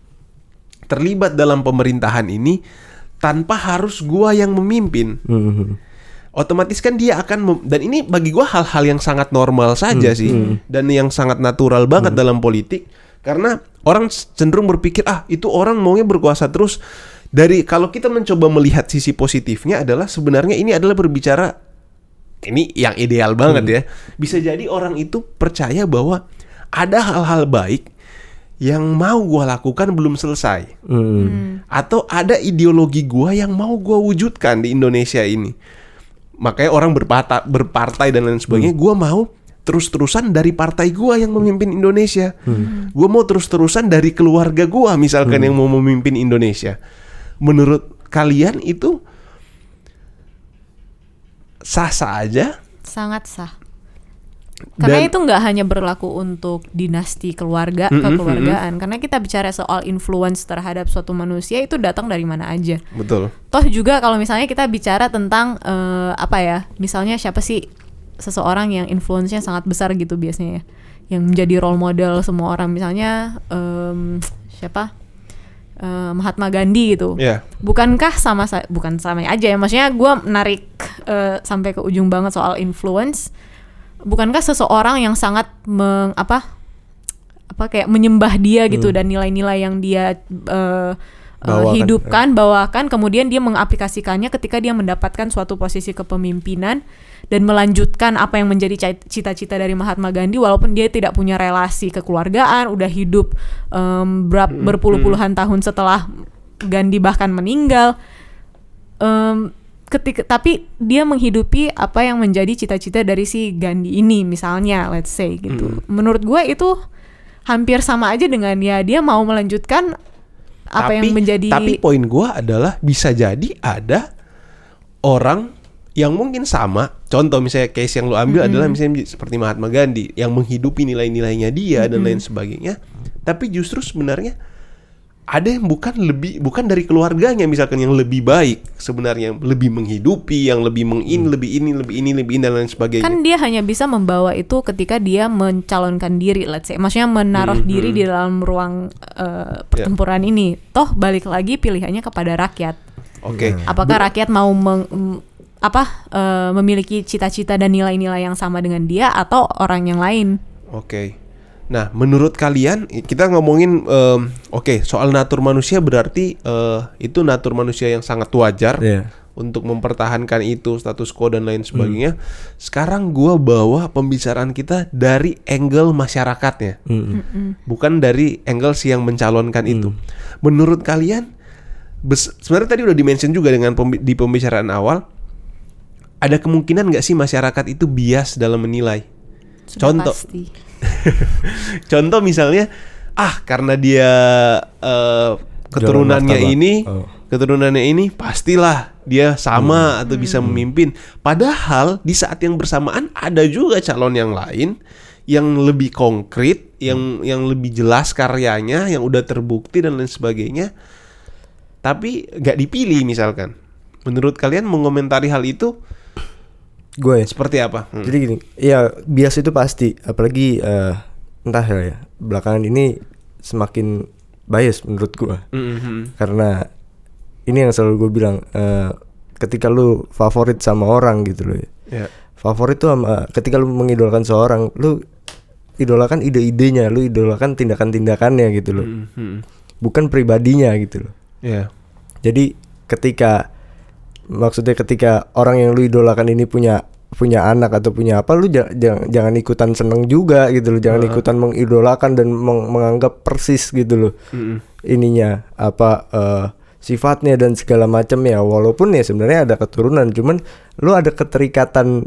terlibat dalam pemerintahan ini, tanpa harus gue yang memimpin. Mm-hmm. Otomatis kan dia akan mem- dan ini bagi gue hal-hal yang sangat normal saja hmm, sih hmm. dan yang sangat natural banget hmm. dalam politik, karena orang cenderung berpikir ah itu orang maunya berkuasa terus. Dari kalau kita mencoba melihat sisi positifnya adalah sebenarnya ini adalah berbicara, ini yang ideal banget hmm. ya, bisa jadi orang itu percaya bahwa ada hal-hal baik yang mau gue lakukan belum selesai, hmm. Hmm. atau ada ideologi gue yang mau gue wujudkan di Indonesia ini. Makanya orang berpata, berpartai dan lain sebagainya. Hmm. Gue mau terus-terusan dari partai gue yang memimpin Indonesia. Hmm. Gue mau terus-terusan dari keluarga gue misalkan hmm. yang mau memimpin Indonesia. Menurut kalian itu sah-sah aja? Sangat sah. Karena Dan, itu nggak hanya berlaku untuk dinasti keluarga, mm-mm, kekeluargaan. mm-mm. Karena kita bicara soal influence terhadap suatu manusia itu datang dari mana aja. Betul. Toh juga kalau misalnya kita bicara tentang uh, apa ya, misalnya siapa sih seseorang yang influence-nya sangat besar gitu biasanya ya, yang menjadi role model semua orang. Misalnya um, siapa? Uh, Mahatma Gandhi gitu. Yeah. Bukankah sama bukan sama aja ya? Maksudnya gue menarik uh, sampai ke ujung banget soal influence. Bukankah seseorang yang sangat meng, apa apa kayak menyembah dia gitu hmm. dan nilai-nilai yang dia uh, uh, hidupkan, bawakan, kemudian dia mengaplikasikannya ketika dia mendapatkan suatu posisi kepemimpinan dan melanjutkan apa yang menjadi cita-cita dari Mahatma Gandhi, walaupun dia tidak punya relasi kekeluargaan, udah hidup um, ber- berpuluh-puluhan tahun setelah Gandhi bahkan meninggal. Um, ketika tapi dia menghidupi apa yang menjadi cita-cita dari si Gandhi ini misalnya, let's say gitu. Mm. Menurut gue itu hampir sama aja dengan ya dia mau melanjutkan apa tapi, yang menjadi. Tapi poin gue adalah bisa jadi ada orang yang mungkin sama. Contoh misalnya case yang lo ambil mm-hmm. adalah misalnya seperti Mahatma Gandhi yang menghidupi nilai-nilainya dia mm-hmm. dan lain sebagainya. Tapi justru sebenarnya ada yang bukan lebih bukan dari keluarganya misalkan yang lebih baik sebenarnya, lebih menghidupi, yang lebih mengin, hmm. lebih ini, lebih ini, lebih ini dan lain sebagainya. Kan dia hanya bisa membawa itu ketika dia mencalonkan diri, let's say, maksudnya menaruh hmm. diri di dalam ruang uh, pertempuran yeah. ini. Toh balik lagi pilihannya kepada rakyat. Oke. Okay. Apakah Ber- rakyat mau meng, apa uh, memiliki cita-cita dan nilai-nilai yang sama dengan dia atau orang yang lain? Oke. Okay. Nah, menurut kalian kita ngomongin um, oke okay, soal natur manusia berarti uh, itu natur manusia yang sangat wajar yeah. untuk mempertahankan itu status quo dan lain sebagainya. Mm. Sekarang gua bawa pembicaraan kita dari angle masyarakatnya, mm. bukan dari angle si yang mencalonkan mm. itu. Menurut kalian, bes- sebenarnya tadi udah dimention juga dengan pembi- di pembicaraan awal, ada kemungkinan nggak sih masyarakat itu bias dalam menilai? Sudah Contoh. Pasti. Contoh misalnya, ah karena dia uh, keturunannya ini, oh. keturunannya ini pastilah dia sama hmm. atau bisa hmm. memimpin. Padahal di saat yang bersamaan ada juga calon yang lain yang lebih konkret, yang yang lebih jelas karyanya, yang udah terbukti dan lain sebagainya. Tapi nggak dipilih misalkan. Menurut kalian mengomentari hal itu? Gue seperti apa? Hmm. Jadi gini, ya bias itu pasti, apalagi uh, entah ya belakangan ini semakin bias menurut gue, mm-hmm. karena ini yang selalu gue bilang, uh, ketika lu favorit sama orang gitu loh, yeah. favorit tuh sama, ketika lu mengidolakan seorang, lu idolakan ide-idenya, lu idolakan tindakan-tindakannya gitu loh, mm-hmm. bukan pribadinya gitu loh. Yeah. Jadi ketika maksudnya ketika orang yang lu idolakan ini punya punya anak atau punya apa, lu j- j- jangan ikutan seneng juga gitu loh, jangan uh. ikutan mengidolakan dan meng- menganggap persis gitu loh mm-hmm. ininya apa uh, sifatnya dan segala macam ya, walaupun ya sebenarnya ada keturunan, cuman lu ada keterikatan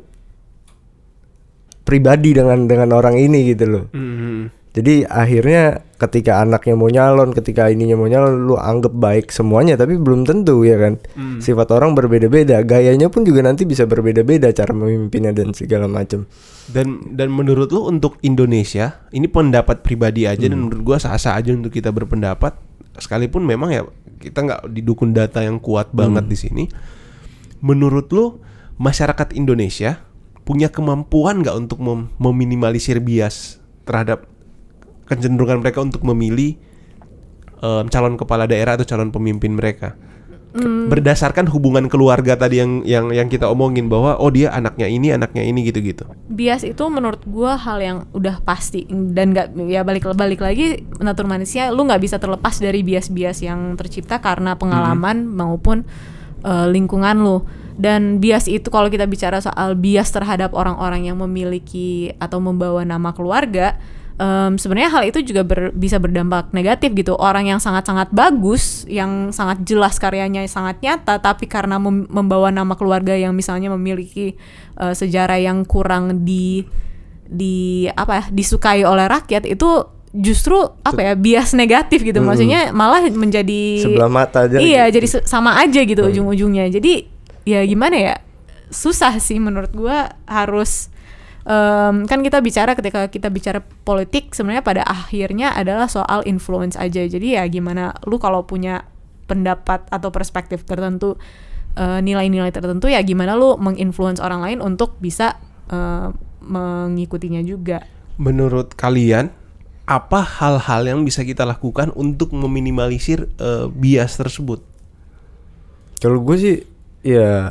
pribadi dengan dengan orang ini gitu loh. Mm-hmm. Jadi akhirnya ketika anaknya mau nyalon, ketika ininya mau nyalon, lu anggap baik semuanya, tapi belum tentu ya kan. Mm. Sifat orang berbeda-beda, gayanya pun juga nanti bisa berbeda-beda cara memimpinnya dan segala macam. Dan dan menurut lu untuk Indonesia, ini pendapat pribadi aja mm. dan menurut gua sah-sah aja untuk kita berpendapat, sekalipun memang ya kita nggak didukung data yang kuat banget mm. di sini. Menurut lu masyarakat Indonesia punya kemampuan nggak untuk mem- meminimalisir bias terhadap kecenderungan mereka untuk memilih um, calon kepala daerah atau calon pemimpin mereka mm. berdasarkan hubungan keluarga tadi yang yang yang kita omongin bahwa oh dia anaknya ini anaknya ini gitu-gitu. Bias itu menurut gue hal yang udah pasti dan nggak ya balik balik lagi natur manusia, lu nggak bisa terlepas dari bias-bias yang tercipta karena pengalaman mm. maupun uh, lingkungan lu. Dan bias itu kalau kita bicara soal bias terhadap orang-orang yang memiliki atau membawa nama keluarga, Um, sebenarnya hal itu juga ber, bisa berdampak negatif gitu. Orang yang sangat-sangat bagus, yang sangat jelas karyanya sangat nyata, tapi karena mem- membawa nama keluarga yang misalnya memiliki uh, sejarah yang kurang di di apa ya disukai oleh rakyat, itu justru apa ya bias negatif gitu. Hmm. Maksudnya malah menjadi sebelah mata aja. Iya, gitu. Jadi sama aja gitu hmm. ujung-ujungnya. Jadi ya gimana ya, susah sih menurut gua. Harus Um, kan kita bicara ketika kita bicara politik sebenarnya pada akhirnya adalah soal influence aja. Jadi ya gimana lu kalau punya pendapat atau perspektif tertentu, uh, nilai-nilai tertentu, ya gimana lu menginfluence orang lain untuk bisa uh, mengikutinya juga. Menurut kalian apa hal-hal yang bisa kita lakukan untuk meminimalisir uh, bias tersebut? Kalau gue sih ya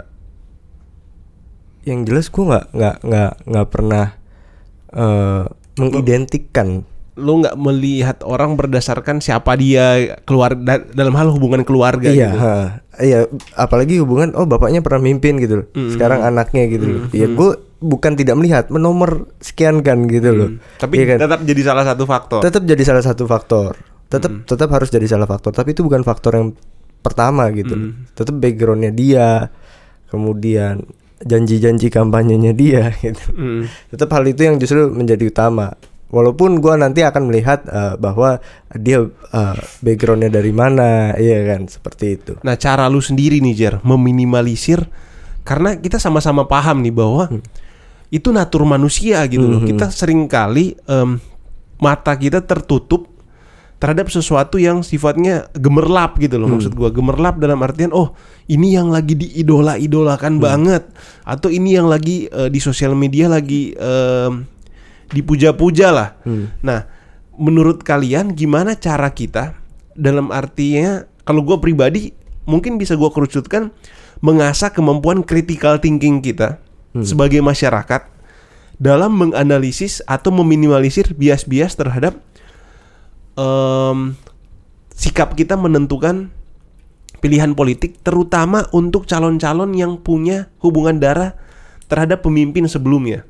yang jelas gue nggak nggak nggak nggak pernah uh, mengidentikan. Lu nggak melihat orang berdasarkan siapa dia keluar da- dalam hal hubungan keluarga. Iya, gitu. ha, iya. Apalagi hubungan oh bapaknya pernah mimpin gitu loh. Mm-hmm. Sekarang anaknya gitu loh. Mm-hmm. Ya gue bukan tidak melihat menomor sekian kan gitu loh. Mm. Tapi ya kan? Tetap jadi salah satu faktor. Tetap jadi salah satu faktor. Tetap mm. tetap harus jadi salah faktor. Tapi itu bukan faktor yang pertama gitu. Mm. Tetap backgroundnya dia. kemudian janji-janji kampanyenya dia gitu. Mm. Tetap hal itu yang justru menjadi utama. Walaupun gue nanti akan melihat uh, bahwa dia uh, backgroundnya dari mana, iya kan, seperti itu. Nah, cara lu sendiri nih Jer, meminimalisir, karena kita sama-sama paham nih bahwa hmm. itu natur manusia gitu loh. Hmm. Kita seringkali um, mata kita tertutup terhadap sesuatu yang sifatnya gemerlap gitu loh. Hmm. Maksud gue gemerlap dalam artian, oh ini yang lagi diidola-idolakan hmm. banget, atau ini yang lagi uh, di sosial media lagi um, dipuja-puja lah. Hmm. Nah, menurut kalian gimana cara kita, dalam artinya kalau gue pribadi mungkin bisa gue kerucutkan, mengasah kemampuan critical thinking kita hmm. sebagai masyarakat dalam menganalisis atau meminimalisir bias-bias terhadap um, sikap kita menentukan pilihan politik, terutama untuk calon-calon yang punya hubungan darah terhadap pemimpin sebelumnya.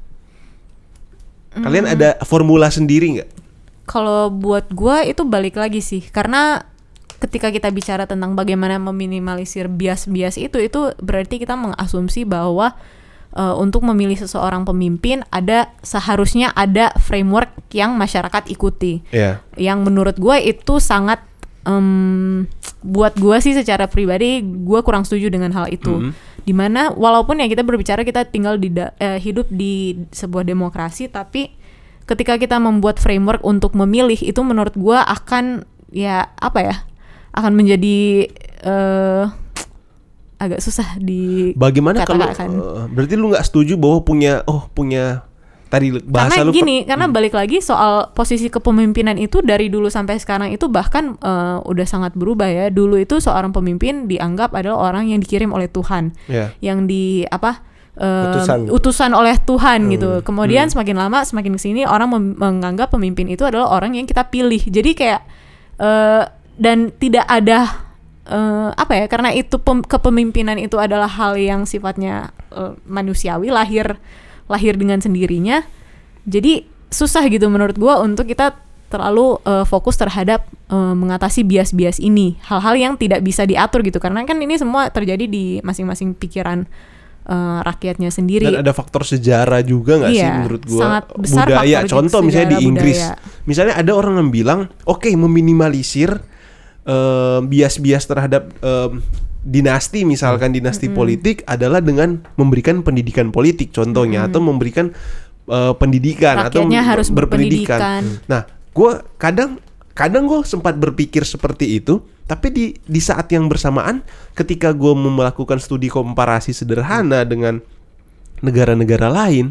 Kalian ada formula sendiri nggak? Kalau buat gue itu balik lagi sih, karena ketika kita bicara tentang bagaimana meminimalisir bias-bias itu, itu berarti kita mengasumsi bahwa uh, untuk memilih seseorang pemimpin ada seharusnya ada framework yang masyarakat ikuti. Yeah. Yang menurut gue itu sangat um, buat gue sih secara pribadi gue kurang setuju dengan hal itu. Mm-hmm. Dimana walaupun ya kita berbicara kita tinggal di da- eh, hidup di sebuah demokrasi, tapi ketika kita membuat framework untuk memilih itu menurut gue akan ya apa ya akan menjadi uh, agak susah di bagaimana kalau uh, berarti lu nggak setuju bahwa punya oh punya tadi bahasa karena lu gini per- karena hmm. balik lagi soal posisi kepemimpinan itu dari dulu sampai sekarang itu bahkan uh, udah sangat berubah ya. Dulu itu seorang pemimpin dianggap adalah orang yang dikirim oleh Tuhan, yeah. yang di apa uh, utusan. utusan oleh Tuhan hmm. gitu. Kemudian hmm. semakin lama semakin kesini orang mem- menganggap pemimpin itu adalah orang yang kita pilih. Jadi kayak uh, dan tidak ada uh, apa ya karena itu pem- kepemimpinan itu adalah hal yang sifatnya uh, manusiawi, lahir lahir dengan sendirinya. Jadi susah gitu menurut gue untuk kita terlalu uh, fokus terhadap uh, mengatasi bias-bias ini, hal-hal yang tidak bisa diatur gitu, karena kan ini semua terjadi di masing-masing pikiran uh, rakyatnya sendiri. Dan ada faktor sejarah juga nggak iya, sih menurut gue, budaya. Contoh misalnya di Inggris, budaya. Misalnya ada orang yang bilang, oke okay, meminimalisir uh, bias-bias terhadap uh, dinasti, misalkan dinasti mm-hmm. politik adalah dengan memberikan pendidikan politik contohnya, mm-hmm. atau memberikan uh, pendidikan rakyatnya atau harus berpendidikan. berpendidikan. Nah, gue kadang kadang gue sempat berpikir seperti itu, tapi di di saat yang bersamaan ketika gue melakukan studi komparasi sederhana dengan negara-negara lain,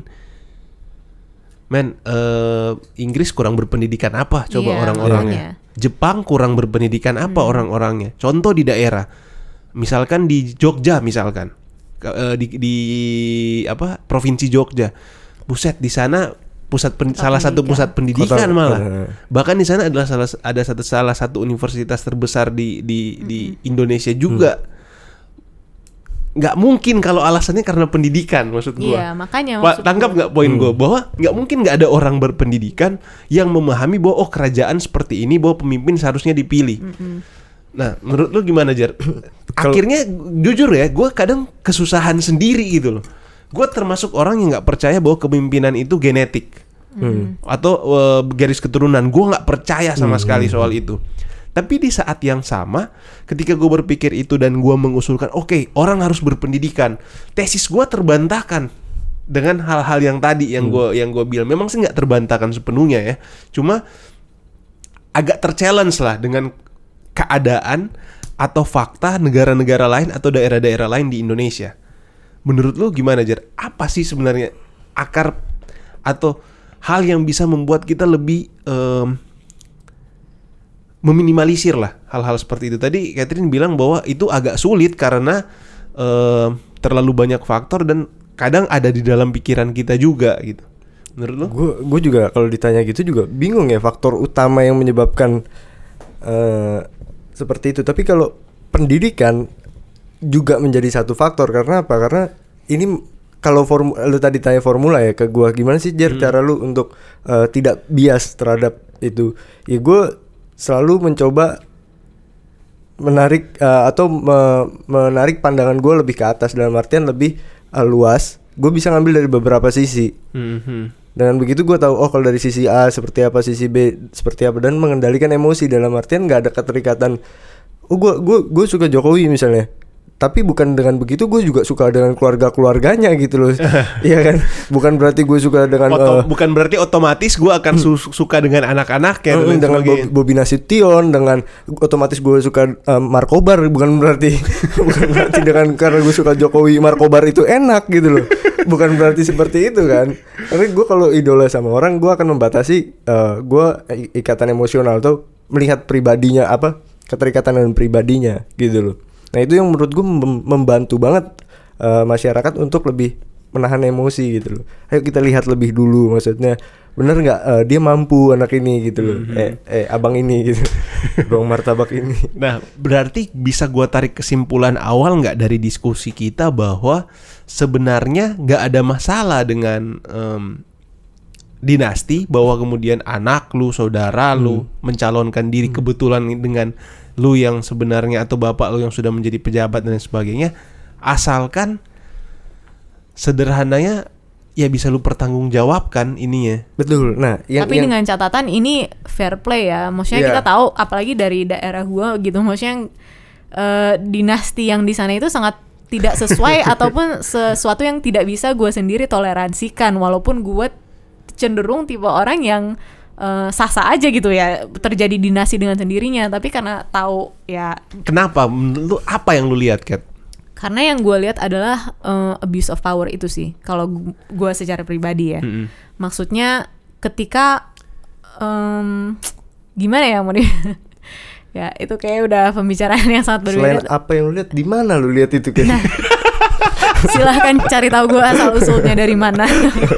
men, uh, Inggris kurang berpendidikan apa coba yeah, orang-orangnya, makanya. Jepang kurang berpendidikan apa hmm. orang-orangnya. Contoh di daerah. Misalkan di Jogja, misalkan uh, di, di apa provinsi Jogja, buset di sana pusat pen, salah satu pusat pendidikan Kota, malah, uh, bahkan di sana adalah salah ada satu salah satu universitas terbesar di di, mm-hmm. di Indonesia juga. Nggak mungkin kalau alasannya karena pendidikan, maksud gue. Iya, makanya. Maksud tangkap nggak poin hmm. gue bahwa nggak mungkin nggak ada orang berpendidikan yang memahami bahwa oh kerajaan seperti ini, bahwa pemimpin seharusnya dipilih. Mm-hmm. Nah, menurut lu gimana, Jar? Akhirnya jujur ya, gue kadang kesusahan sendiri gitu loh. Gue termasuk orang yang nggak percaya bahwa kepemimpinan itu genetik hmm. atau uh, garis keturunan. Gue nggak percaya sama hmm. sekali soal itu. Tapi di saat yang sama, ketika gue berpikir itu dan gue mengusulkan, oke, okay, orang harus berpendidikan, tesis gue terbantahkan dengan hal-hal yang tadi yang gue hmm. yang gue bilang. Memang sih nggak terbantahkan sepenuhnya ya, cuma agak terchallenge lah dengan keadaan atau fakta negara-negara lain atau daerah-daerah lain di Indonesia. Menurut lu gimana, Jar? Apa sih sebenarnya akar atau hal yang bisa membuat kita lebih um, meminimalisir lah hal-hal seperti itu? Tadi Catherine bilang bahwa itu agak sulit karena um, terlalu banyak faktor dan kadang ada di dalam pikiran kita juga gitu. Menurut lu? Gue gue juga kalau ditanya gitu juga bingung ya faktor utama yang menyebabkan uh, seperti itu. Tapi kalau pendidikan juga menjadi satu faktor. Karena apa? Karena ini kalau form, lu tadi tanya formula ya ke gue, gimana sih Jar hmm. cara lu untuk uh, tidak bias terhadap itu? Ya gue selalu mencoba menarik uh, atau me- menarik pandangan gue lebih ke atas, dalam artian lebih uh, luas. Gue bisa ngambil dari beberapa sisi. Mm-hmm. Dengan begitu gue tahu oh kalau dari sisi A seperti apa, sisi B seperti apa, dan mengendalikan emosi, dalam artian nggak ada keterikatan. Oh gue gue gue suka Jokowi misalnya, tapi bukan dengan begitu gue juga suka dengan keluarga-keluarganya gitu loh. Iya kan? Bukan berarti gue suka dengan Oto, uh, bukan berarti otomatis gue akan su- suka dengan anak-anaknya hmm, dengan Bob, Bobi Nasution, dengan otomatis gue suka uh, Markobar, bukan berarti bukan berarti dengan karena gue suka Jokowi Markobar itu enak gitu loh. Bukan berarti seperti itu kan. Karena gue kalau idola sama orang, gue akan membatasi uh, gue ikatan emosional tuh melihat pribadinya apa, keterikatan dengan pribadinya gitu loh. Nah itu yang menurut gue mem- membantu banget uh, masyarakat untuk lebih menahan emosi gitu loh. Ayo kita lihat lebih dulu, maksudnya bener nggak uh, dia mampu anak ini gitu loh. Mm-hmm. Eh eh abang ini gitu, bang martabak ini. Nah berarti bisa gue tarik kesimpulan awal nggak dari diskusi kita bahwa sebenarnya nggak ada masalah dengan um, dinasti, bahwa kemudian anak lu, saudara hmm. lu mencalonkan diri hmm. kebetulan dengan lu yang sebenarnya atau bapak lu yang sudah menjadi pejabat dan sebagainya, asalkan sederhananya ya bisa lu pertanggungjawabkan ininya. Betul. Nah, yang, tapi yang... dengan catatan ini fair play ya. Maksudnya yeah. kita tahu apalagi dari daerah gua gitu, maksudnya uh, dinasti yang di sana itu sangat tidak sesuai ataupun sesuatu yang tidak bisa gue sendiri toleransikan, walaupun gue cenderung tipe orang yang uh, sah-sah aja gitu ya terjadi dinasti dengan sendirinya, tapi karena tahu ya. Kenapa? Lu apa yang lu lihat, Kat? Karena yang gue lihat adalah uh, abuse of power itu sih, kalau gue secara pribadi ya. Mm-hmm. Maksudnya ketika um, gimana ya mau di ya itu kayak udah pembicaraan yang sangat berbeda. Selain apa yang lu lihat, di mana lu lihat itu kan? Nah, silahkan cari tahu gue asal usulnya dari mana.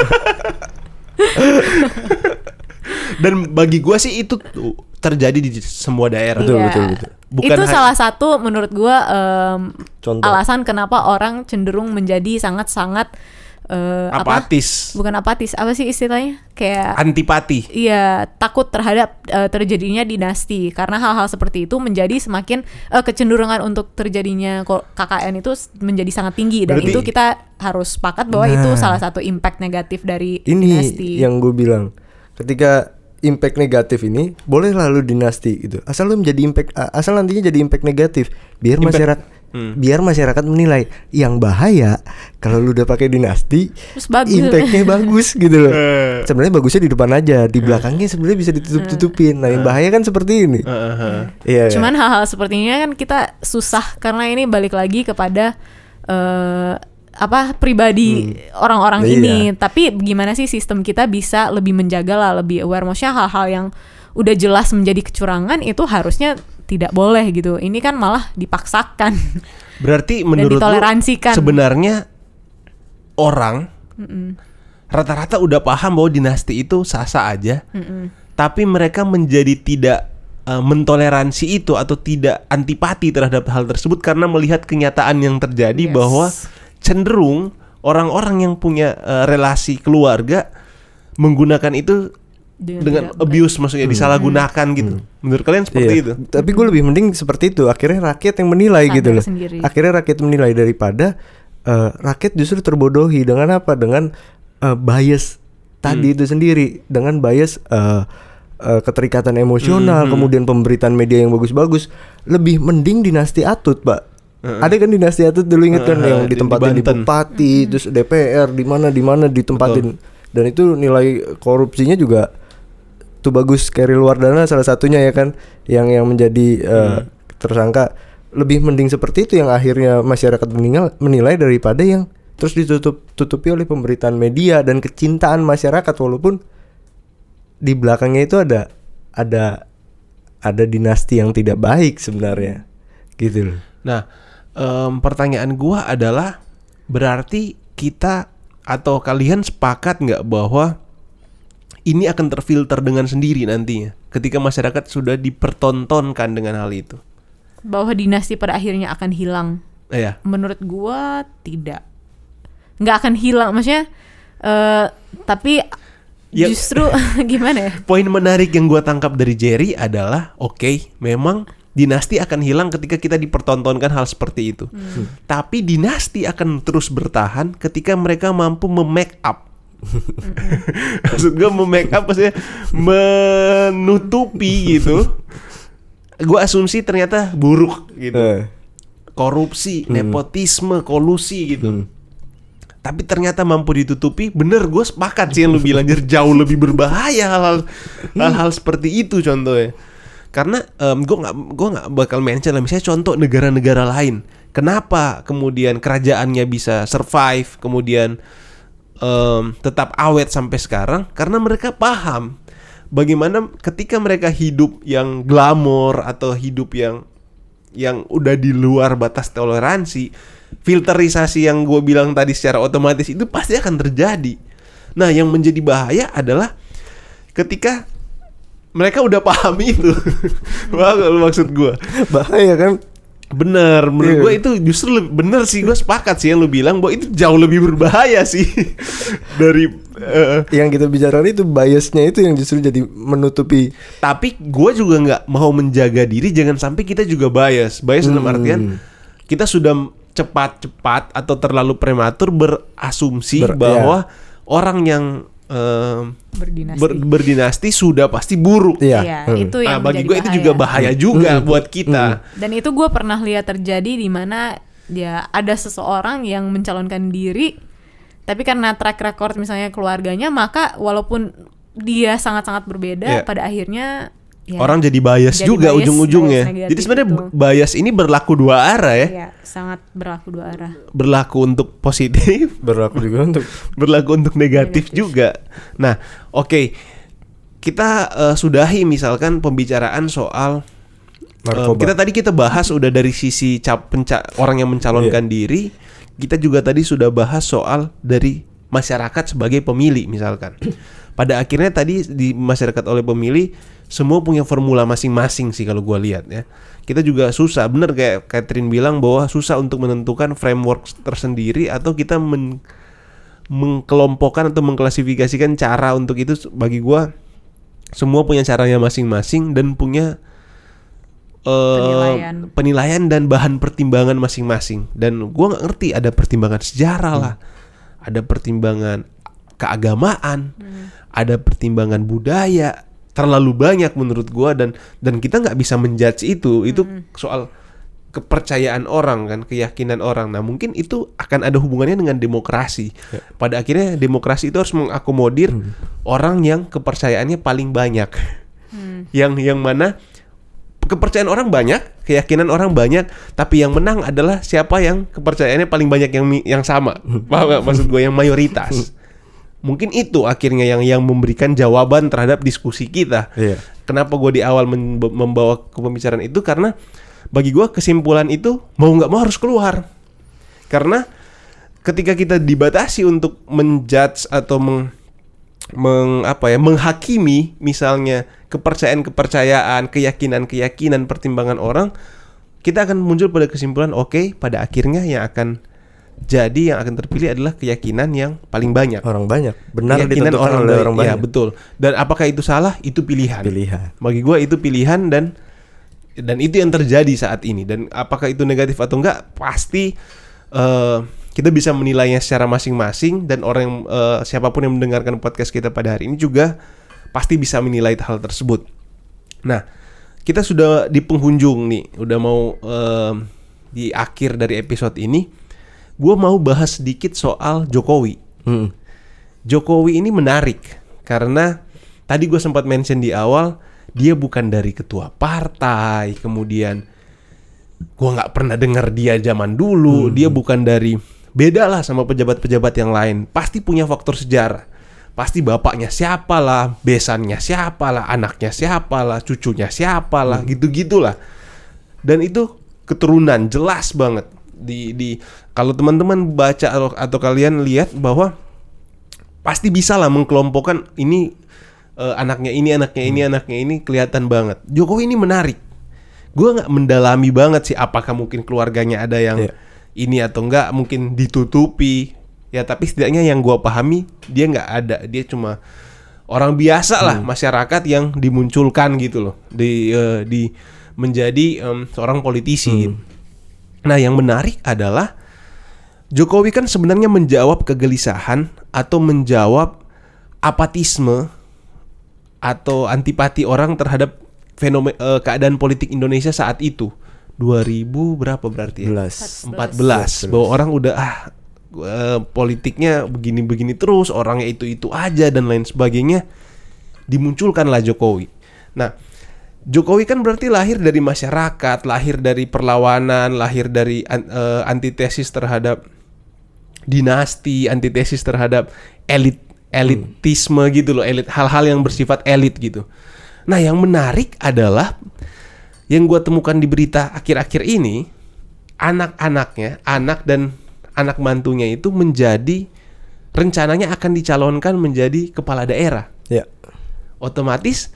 Dan bagi gue sih itu terjadi di semua daerah. Betul, iya. betul, betul. Bukan itu ha- salah satu menurut gue um, alasan kenapa orang cenderung menjadi sangat-sangat uh, apatis. Apa? Bukan apatis, apa sih istilahnya? Kayak antipati. Iya, takut terhadap uh, terjadinya dinasti, karena hal-hal seperti itu menjadi semakin uh, kecenderungan untuk terjadinya K K N itu menjadi sangat tinggi. Dan berarti, itu kita harus sepakat bahwa nah, itu salah satu impact negatif dari ini dinasti. Ini yang gue bilang, ketika impact negatif ini boleh lalu dinasti gitu, asal lu menjadi impact, asal nantinya jadi impact negatif, biar impact. masyarakat hmm. biar masyarakat menilai yang bahaya kalau lu udah pakai dinasti, bagus. Impactnya bagus gitu loh. Sebenarnya bagusnya di depan aja, di belakangnya sebenarnya bisa ditutup-tutupin. Nah yang bahaya kan seperti ini. Iya. Cuman hal-hal seperti ini kan kita susah, karena ini balik lagi kepada uh, apa pribadi hmm. orang-orang nah, ini. Iya. Tapi gimana sih sistem kita bisa lebih menjaga lah, lebih aware. Maksudnya hal-hal yang udah jelas menjadi kecurangan itu harusnya tidak boleh gitu. Ini kan malah dipaksakan. Berarti menurut lu sebenarnya orang Mm-mm. rata-rata udah paham bahwa dinasti itu sah-sah aja. Mm-mm. Tapi mereka menjadi tidak uh, mentoleransi itu atau tidak antipati terhadap hal tersebut karena melihat kenyataan yang terjadi, yes. bahwa cenderung orang-orang yang punya uh, relasi keluarga menggunakan itu dengan, dengan abuse, maksudnya hmm. disalahgunakan gitu. Hmm. Menurut kalian seperti iya. itu? Tapi gue lebih mending seperti itu. Akhirnya rakyat yang menilai sadar gitu loh. Sendiri. Akhirnya rakyat menilai daripada uh, rakyat justru terbodohi dengan apa? Dengan uh, bias tadi hmm. itu sendiri, dengan bias uh, uh, keterikatan emosional, hmm. kemudian pemberitaan media yang bagus-bagus. Lebih mending dinasti Atut, Pak. Uh-uh. Ada kan dinasti Atut dulu, inget kan, uh-huh. yang ditempatin di, di Bupati, uh-huh. terus D P R di mana di mana ditempatin. Betul. Dan itu nilai korupsinya juga tuh bagus. Khairil Wardana salah satunya ya kan, yang yang menjadi uh, hmm. tersangka. Lebih mending seperti itu yang akhirnya masyarakat meninggal, menilai daripada yang terus ditutup-tutupi oleh pemberitaan media dan kecintaan masyarakat, walaupun di belakangnya itu ada ada ada dinasti yang tidak baik sebenarnya gitu loh. Nah, um, pertanyaan gua adalah, berarti kita atau kalian sepakat nggak bahwa ini akan terfilter dengan sendiri nantinya ketika masyarakat sudah dipertontonkan dengan hal itu? Bahwa dinasti pada akhirnya akan hilang? Iya. Menurut gua tidak, nggak akan hilang. Maksudnya, uh, tapi ya, justru gimana ya? Poin menarik yang gua tangkap dari Jerry adalah, oke, okay, memang dinasti akan hilang ketika kita dipertontonkan hal seperti itu. Hmm. Tapi dinasti akan terus bertahan ketika mereka mampu mem-make up. Maksud gue mem-make up maksudnya menutupi gitu. Gue asumsi ternyata buruk gitu. Uh. Korupsi, hmm. nepotisme, kolusi gitu. Hmm. Tapi ternyata mampu ditutupi. Bener, gue sepakat sih yang lu bilang, jauh lebih berbahaya hal-hal hal-hal seperti itu contohnya. Karena um, gue nggak gue nggak bakal mention lah, misalnya contoh negara-negara lain. Kenapa kemudian kerajaannya bisa survive, kemudian um, tetap awet sampai sekarang? Karena mereka paham bagaimana ketika mereka hidup yang glamor atau hidup yang yang udah di luar batas toleransi, filterisasi yang gue bilang tadi secara otomatis itu pasti akan terjadi. Nah, yang menjadi bahaya adalah ketika mereka udah paham itu. Wah, maksud gue bahaya kan? Bener, menurut yeah. gue itu justru lebih, bener sih, gue sepakat sih yang lu bilang bahwa itu jauh lebih berbahaya sih dari uh, yang kita bicarakan itu biasnya itu yang justru jadi menutupi. Tapi gue juga nggak mau menjaga diri jangan sampai kita juga bias. Bias hmm. dalam artian kita sudah cepat-cepat atau terlalu prematur berasumsi Ber, bahwa yeah. orang yang Uh, berdinasti. Ber, berdinasti sudah pasti buruk. Iya, ya, hmm. itu yang nah, bagi gue itu juga bahaya juga hmm. buat kita. Hmm. Dan itu gue pernah lihat terjadi di mana dia ada seseorang yang mencalonkan diri, tapi karena track record misalnya keluarganya, maka walaupun dia sangat-sangat berbeda, yeah. pada akhirnya ya, orang jadi bias jadi juga bias, ujung-ujungnya. Bias jadi sebenarnya itu. Bias ini berlaku dua arah ya. Iya, sangat berlaku dua arah. Berlaku untuk positif, berlaku juga untuk berlaku untuk negatif, negatif. juga. Nah, oke. Okay. Kita uh, sudahi misalkan pembicaraan soal uh, kita tadi kita bahas udah dari sisi cap, penca, orang yang mencalonkan yeah. diri. Kita juga tadi sudah bahas soal dari masyarakat sebagai pemilih misalkan. Pada akhirnya tadi di masyarakat oleh pemilih semua punya formula masing-masing sih kalau gue lihat ya. Kita juga susah, bener kayak Catherine bilang bahwa susah untuk menentukan framework tersendiri atau kita men- mengkelompokkan atau mengklasifikasikan cara untuk itu. Bagi gue semua punya caranya masing-masing dan punya uh, penilaian. penilaian dan bahan pertimbangan masing-masing. Dan gue nggak ngerti ada pertimbangan sejarah hmm. lah, ada pertimbangan keagamaan, hmm. ada pertimbangan budaya. Terlalu banyak menurut gue dan dan kita nggak bisa menjudge itu itu mm. soal kepercayaan orang kan, keyakinan orang. Nah mungkin itu akan ada hubungannya dengan demokrasi. Yeah. Pada akhirnya demokrasi itu harus mengakomodir mm. orang yang kepercayaannya paling banyak, mm. yang yang mana kepercayaan orang banyak, keyakinan orang banyak, tapi yang menang adalah siapa yang kepercayaannya paling banyak yang yang sama. Paham nggak maksud gue, yang mayoritas. Mungkin itu akhirnya yang yang memberikan jawaban terhadap diskusi kita. Yeah. Kenapa gue di awal men- membawa ke pembicaraan itu karena bagi gue kesimpulan itu mau nggak mau harus keluar. Karena ketika kita dibatasi untuk menjudge atau meng, meng apa ya menghakimi misalnya kepercayaan-kepercayaan, keyakinan-keyakinan, pertimbangan orang, kita akan muncul pada kesimpulan oke, okay, pada akhirnya yang akan jadi yang akan terpilih adalah keyakinan yang paling banyak. Orang banyak. Benar keyakinan ditentukan orang oleh orang banyak. Ya betul. Dan apakah itu salah? Itu pilihan. Pilihan. Bagi gue itu pilihan dan dan itu yang terjadi saat ini. Dan apakah itu negatif atau enggak? Pasti uh, kita bisa menilainya secara masing-masing dan orang yang, uh, siapapun yang mendengarkan podcast kita pada hari ini juga pasti bisa menilai hal tersebut. Nah, kita sudah di penghujung nih, udah mau uh, di akhir dari episode ini. Gue mau bahas sedikit soal Jokowi. Hmm. Jokowi ini menarik karena tadi gue sempat mention di awal dia bukan dari ketua partai, kemudian gue nggak pernah dengar dia zaman dulu. Hmm. Dia bukan dari beda lah sama pejabat-pejabat yang lain. Pasti punya faktor sejarah. Pasti bapaknya siapa lah, besannya siapa lah, anaknya siapa lah, cucunya siapa lah, hmm. gitu-gitulah. Dan itu keturunan jelas banget. Di, di kalau teman-teman baca atau, atau kalian lihat bahwa pasti bisa lah mengkelompokkan ini uh, anaknya ini anaknya ini hmm. anaknya ini kelihatan banget. Jokowi ini menarik. Gue nggak mendalami banget sih apakah mungkin keluarganya ada yang yeah. ini atau enggak, mungkin ditutupi ya, tapi setidaknya yang gue pahami dia nggak ada, dia cuma orang biasa lah, hmm. masyarakat yang dimunculkan gitu loh di uh, di menjadi um, seorang politisi. Hmm. Nah, yang menarik adalah Jokowi kan sebenarnya menjawab kegelisahan atau menjawab apatisme atau antipati orang terhadap fenomena uh, keadaan politik Indonesia saat itu. dua ribu berapa berarti ya? empat belas Bahwa orang udah ah uh, politiknya begini-begini terus, orangnya itu-itu aja dan lain sebagainya. Dimunculkanlah Jokowi. Nah, Jokowi kan berarti lahir dari masyarakat, lahir dari perlawanan, lahir dari uh, antitesis terhadap dinasti, antitesis terhadap elit, elitisme hmm. gitu loh, elit, hal-hal yang bersifat elit gitu. Nah, yang menarik adalah yang gue temukan di berita akhir-akhir ini, anak-anaknya, anak dan anak mantunya itu menjadi, rencananya akan dicalonkan menjadi kepala daerah. Ya. Otomatis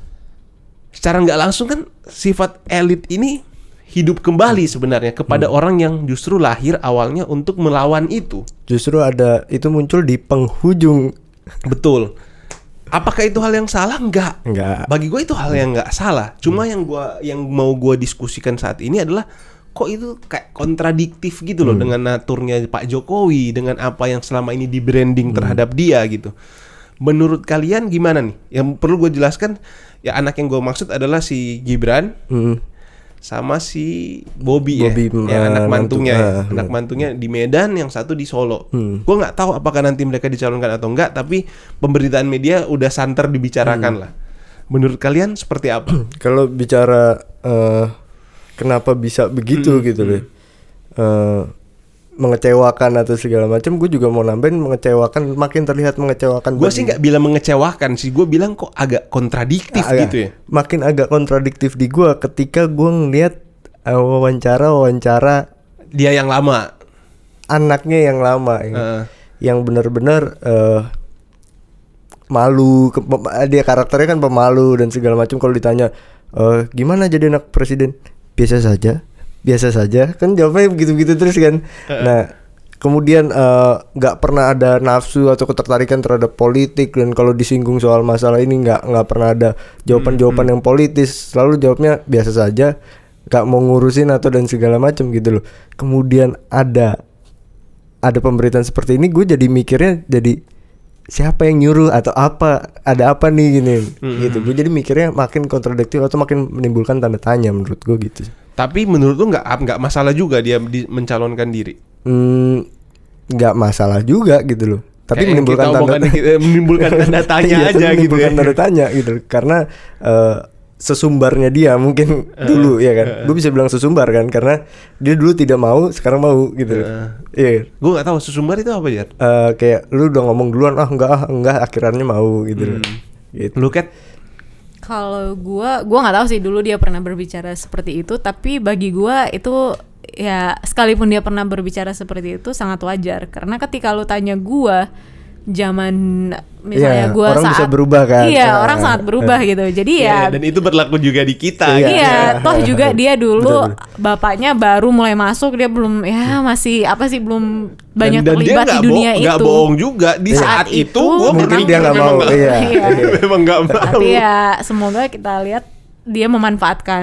secara nggak langsung kan sifat elit ini hidup kembali sebenarnya kepada hmm. orang yang justru lahir awalnya untuk melawan itu. Justru ada itu muncul di penghujung. Betul. Apakah itu hal yang salah? Enggak. Enggak. Bagi gue itu hal yang enggak salah. Cuma hmm. yang gua yang mau gue diskusikan saat ini adalah kok itu kayak kontradiktif gitu loh hmm. dengan naturnya Pak Jokowi, dengan apa yang selama ini di branding hmm. terhadap dia gitu. Menurut kalian gimana nih? Yang perlu gue jelaskan, ya anak yang gue maksud adalah si Gibran hmm. sama si Bobby, Bobby ya, uh, ya anak mantunya, mantu, ya. uh, anak uh. mantunya di Medan, yang satu di Solo. Hmm. Gue nggak tahu apakah nanti mereka dicalonkan atau enggak, tapi pemberitaan media udah santer dibicarakan hmm. lah. Menurut kalian seperti apa? Kalau bicara uh, kenapa bisa begitu hmm. gitu hmm. deh, uh, mengecewakan atau segala macam, gue juga mau nambahin mengecewakan, makin terlihat mengecewakan. Gue sih nggak bilang mengecewakan sih, gue bilang kok agak kontradiktif agak, gitu ya. Makin agak kontradiktif di gue ketika gue ngeliat uh, wawancara wawancara dia yang lama, anaknya yang lama, yang, uh. yang benar-benar uh, malu, ke, dia karakternya kan pemalu dan segala macam. Kalau ditanya uh, gimana jadi anak presiden, biasa saja. Biasa saja kan jawabnya begitu-begitu terus kan. Uh-uh. Nah kemudian nggak uh, pernah ada nafsu atau ketertarikan terhadap politik, dan kalau disinggung soal masalah ini nggak nggak pernah ada jawaban-jawaban hmm, yang politis, selalu jawabnya biasa saja, nggak mau ngurusin atau dan segala macam gitu loh. Kemudian ada ada pemberitaan seperti ini, gue jadi mikirnya jadi siapa yang nyuruh atau apa, ada apa nih gini hmm. gitu. Gue jadi mikirnya makin kontradiktif atau makin menimbulkan tanda tanya menurut gue gitu. Tapi menurut lu nggak nggak masalah juga dia di, mencalonkan diri? Hmm, nggak masalah juga gitu loh. Tapi kayak menimbulkan tanda kita, menimbulkan tanda tanya iya, aja gitu. Menimbulkan tanda tanya gitu. Karena uh, sesumbarnya dia mungkin uh, dulu ya kan. Uh, uh. Gue bisa bilang sesumbar kan karena dia dulu tidak mau, sekarang mau gitu. Uh, iya. Gue nggak tahu sesumbar itu apa ya? Uh, kayak lu udah ngomong duluan, ah enggak ah enggak akhirnya mau gitu. Hmm. Gitu. Lu Kat? Kalau gue, gue nggak tahu sih dulu dia pernah berbicara seperti itu. Tapi bagi gue itu ya sekalipun dia pernah berbicara seperti itu sangat wajar. Karena ketika lu tanya gue, zaman misalnya yeah, gue orang saat bisa berubah kan. Iya uh, orang sangat berubah uh, gitu. Jadi yeah, ya. Dan itu berlaku juga di kita. Iya. Gitu. Iya. Toh juga dia dulu betul, betul. bapaknya baru mulai masuk, dia belum ya masih apa sih belum banyak dan, dan terlibat di dunia bo- itu. Gak bohong juga di saat, saat itu. Gue mungkin dia nggak mau. Iya. Memang nggak mau. Tapi ya semoga kita lihat dia memanfaatkan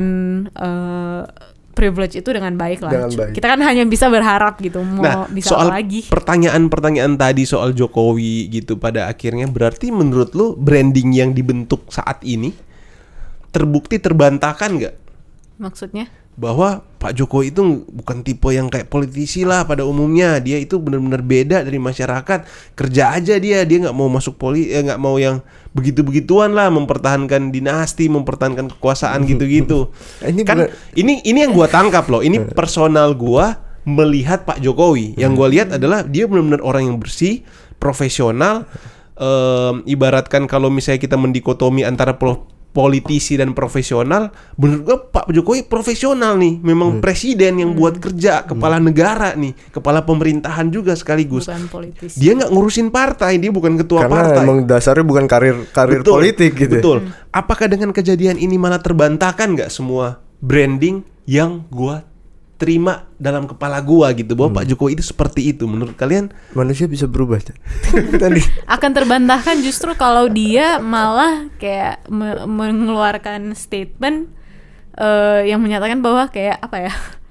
uh, privilege itu dengan baik lah. Dengan baik. Kita kan hanya bisa berharap gitu mau nah, bisa soal apa lagi. Pertanyaan-pertanyaan tadi soal Jokowi gitu pada akhirnya berarti menurut lu branding yang dibentuk saat ini terbukti terbantahkan nggak? Maksudnya? Bahwa Pak Jokowi itu bukan tipe yang kayak politisi lah pada umumnya. Dia itu benar-benar beda dari masyarakat. Kerja aja dia, dia nggak mau masuk poli, eh, nggak mau yang begitu-begituan lah, mempertahankan dinasti, mempertahankan kekuasaan gitu-gitu. Ini kan bukan... ini ini yang gua tangkap loh. Ini personal gua melihat Pak Jokowi. Yang gua lihat adalah dia benar-benar orang yang bersih, profesional. Um, ibaratkan kalau misalnya kita mendikotomi antara pro- politisi dan profesional, menurut gue Pak Jokowi profesional nih, memang hmm. presiden yang hmm. buat kerja, kepala hmm. negara nih, kepala pemerintahan juga sekaligus. Bukan politisi. Dia nggak ngurusin partai, dia bukan ketua karena partai. Karena emang dasarnya bukan karir karir betul, politik gitu. Betul. Hmm. Apakah dengan kejadian ini malah terbantahkan nggak semua branding yang gue terima dalam kepala gua gitu bahwa hmm. Pak Jokowi itu seperti itu? Menurut kalian manusia bisa berubah? Tadi akan terbantahkan justru kalau dia malah kayak me- mengeluarkan statement uh, yang menyatakan bahwa kayak apa ya,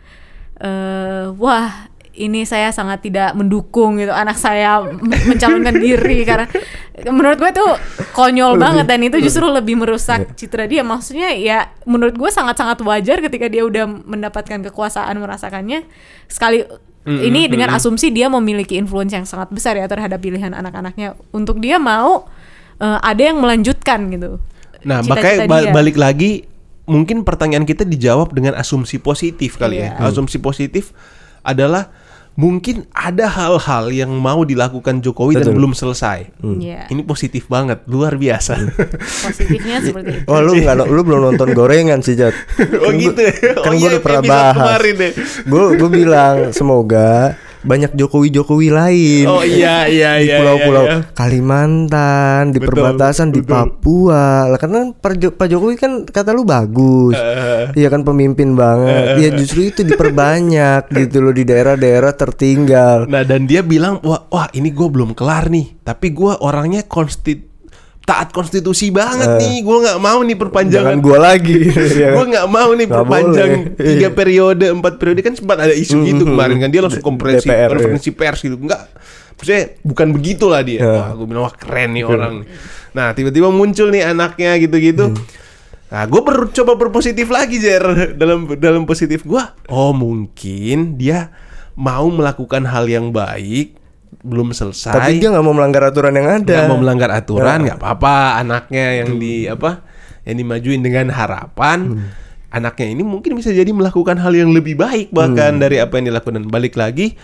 uh, wah ini saya sangat tidak mendukung gitu anak saya mencalonkan diri karena menurut gue itu konyol banget dan itu justru lebih merusak citra dia. Maksudnya ya menurut gue sangat-sangat wajar ketika dia udah mendapatkan kekuasaan merasakannya sekali mm-hmm. ini dengan asumsi dia memiliki influence yang sangat besar ya terhadap pilihan anak-anaknya untuk dia mau uh, ada yang melanjutkan gitu. Nah, cita-cita makanya dia. balik lagi mungkin pertanyaan kita dijawab dengan asumsi positif kali yeah. ya. Asumsi positif adalah mungkin ada hal-hal yang mau dilakukan Jokowi Betul. dan belum selesai. Hmm. Yeah. Ini positif banget, luar biasa. Positifnya seperti itu. Oh lu nggak, lu belum nonton Gorengan sih Jat. Oh Kan gitu. Gua, kan Oh gue iya, udah pernah episode bahas. kemarin deh. Gue gue bilang semoga banyak Jokowi-Jokowi lain. Oh iya iya di iya. pulau-pulau iya, iya. Kalimantan, di Betul, perbatasan di betul. Papua. Lah karena Pak Pak Jokowi kan kata lu bagus. Uh, Iya kan pemimpin banget. Ya justru itu diperbanyak gitu loh di daerah-daerah tertinggal. Nah dan dia bilang wah, wah ini gue belum kelar nih, tapi gue orangnya konstit taat konstitusi banget Uh, nih, gue nggak mau nih perpanjangan. Jangan gua lagi. Gue nggak mau nih Nggak perpanjang boleh. tiga Iya. periode, empat periode kan sempat ada isu gitu kemarin kan dia langsung konferensi D P R, konferensi pers gitu, enggak, maksudnya bukan begitulah dia. Ya. Wah gue bilang wah keren nih orang. Nah tiba-tiba muncul nih anaknya gitu-gitu. Hmm. Nah gue baru coba berpositif lagi Jer dalam dalam positif gue. Oh mungkin dia mau melakukan hal yang baik. Belum selesai. Tapi dia nggak mau melanggar aturan yang ada. Nggak mau melanggar aturan, Ya. nggak apa-apa. Anaknya yang di apa, yang dimajuin dengan harapan, Hmm. anaknya ini mungkin bisa jadi melakukan hal yang lebih baik bahkan dari apa yang dilakukan. Dan balik lagi,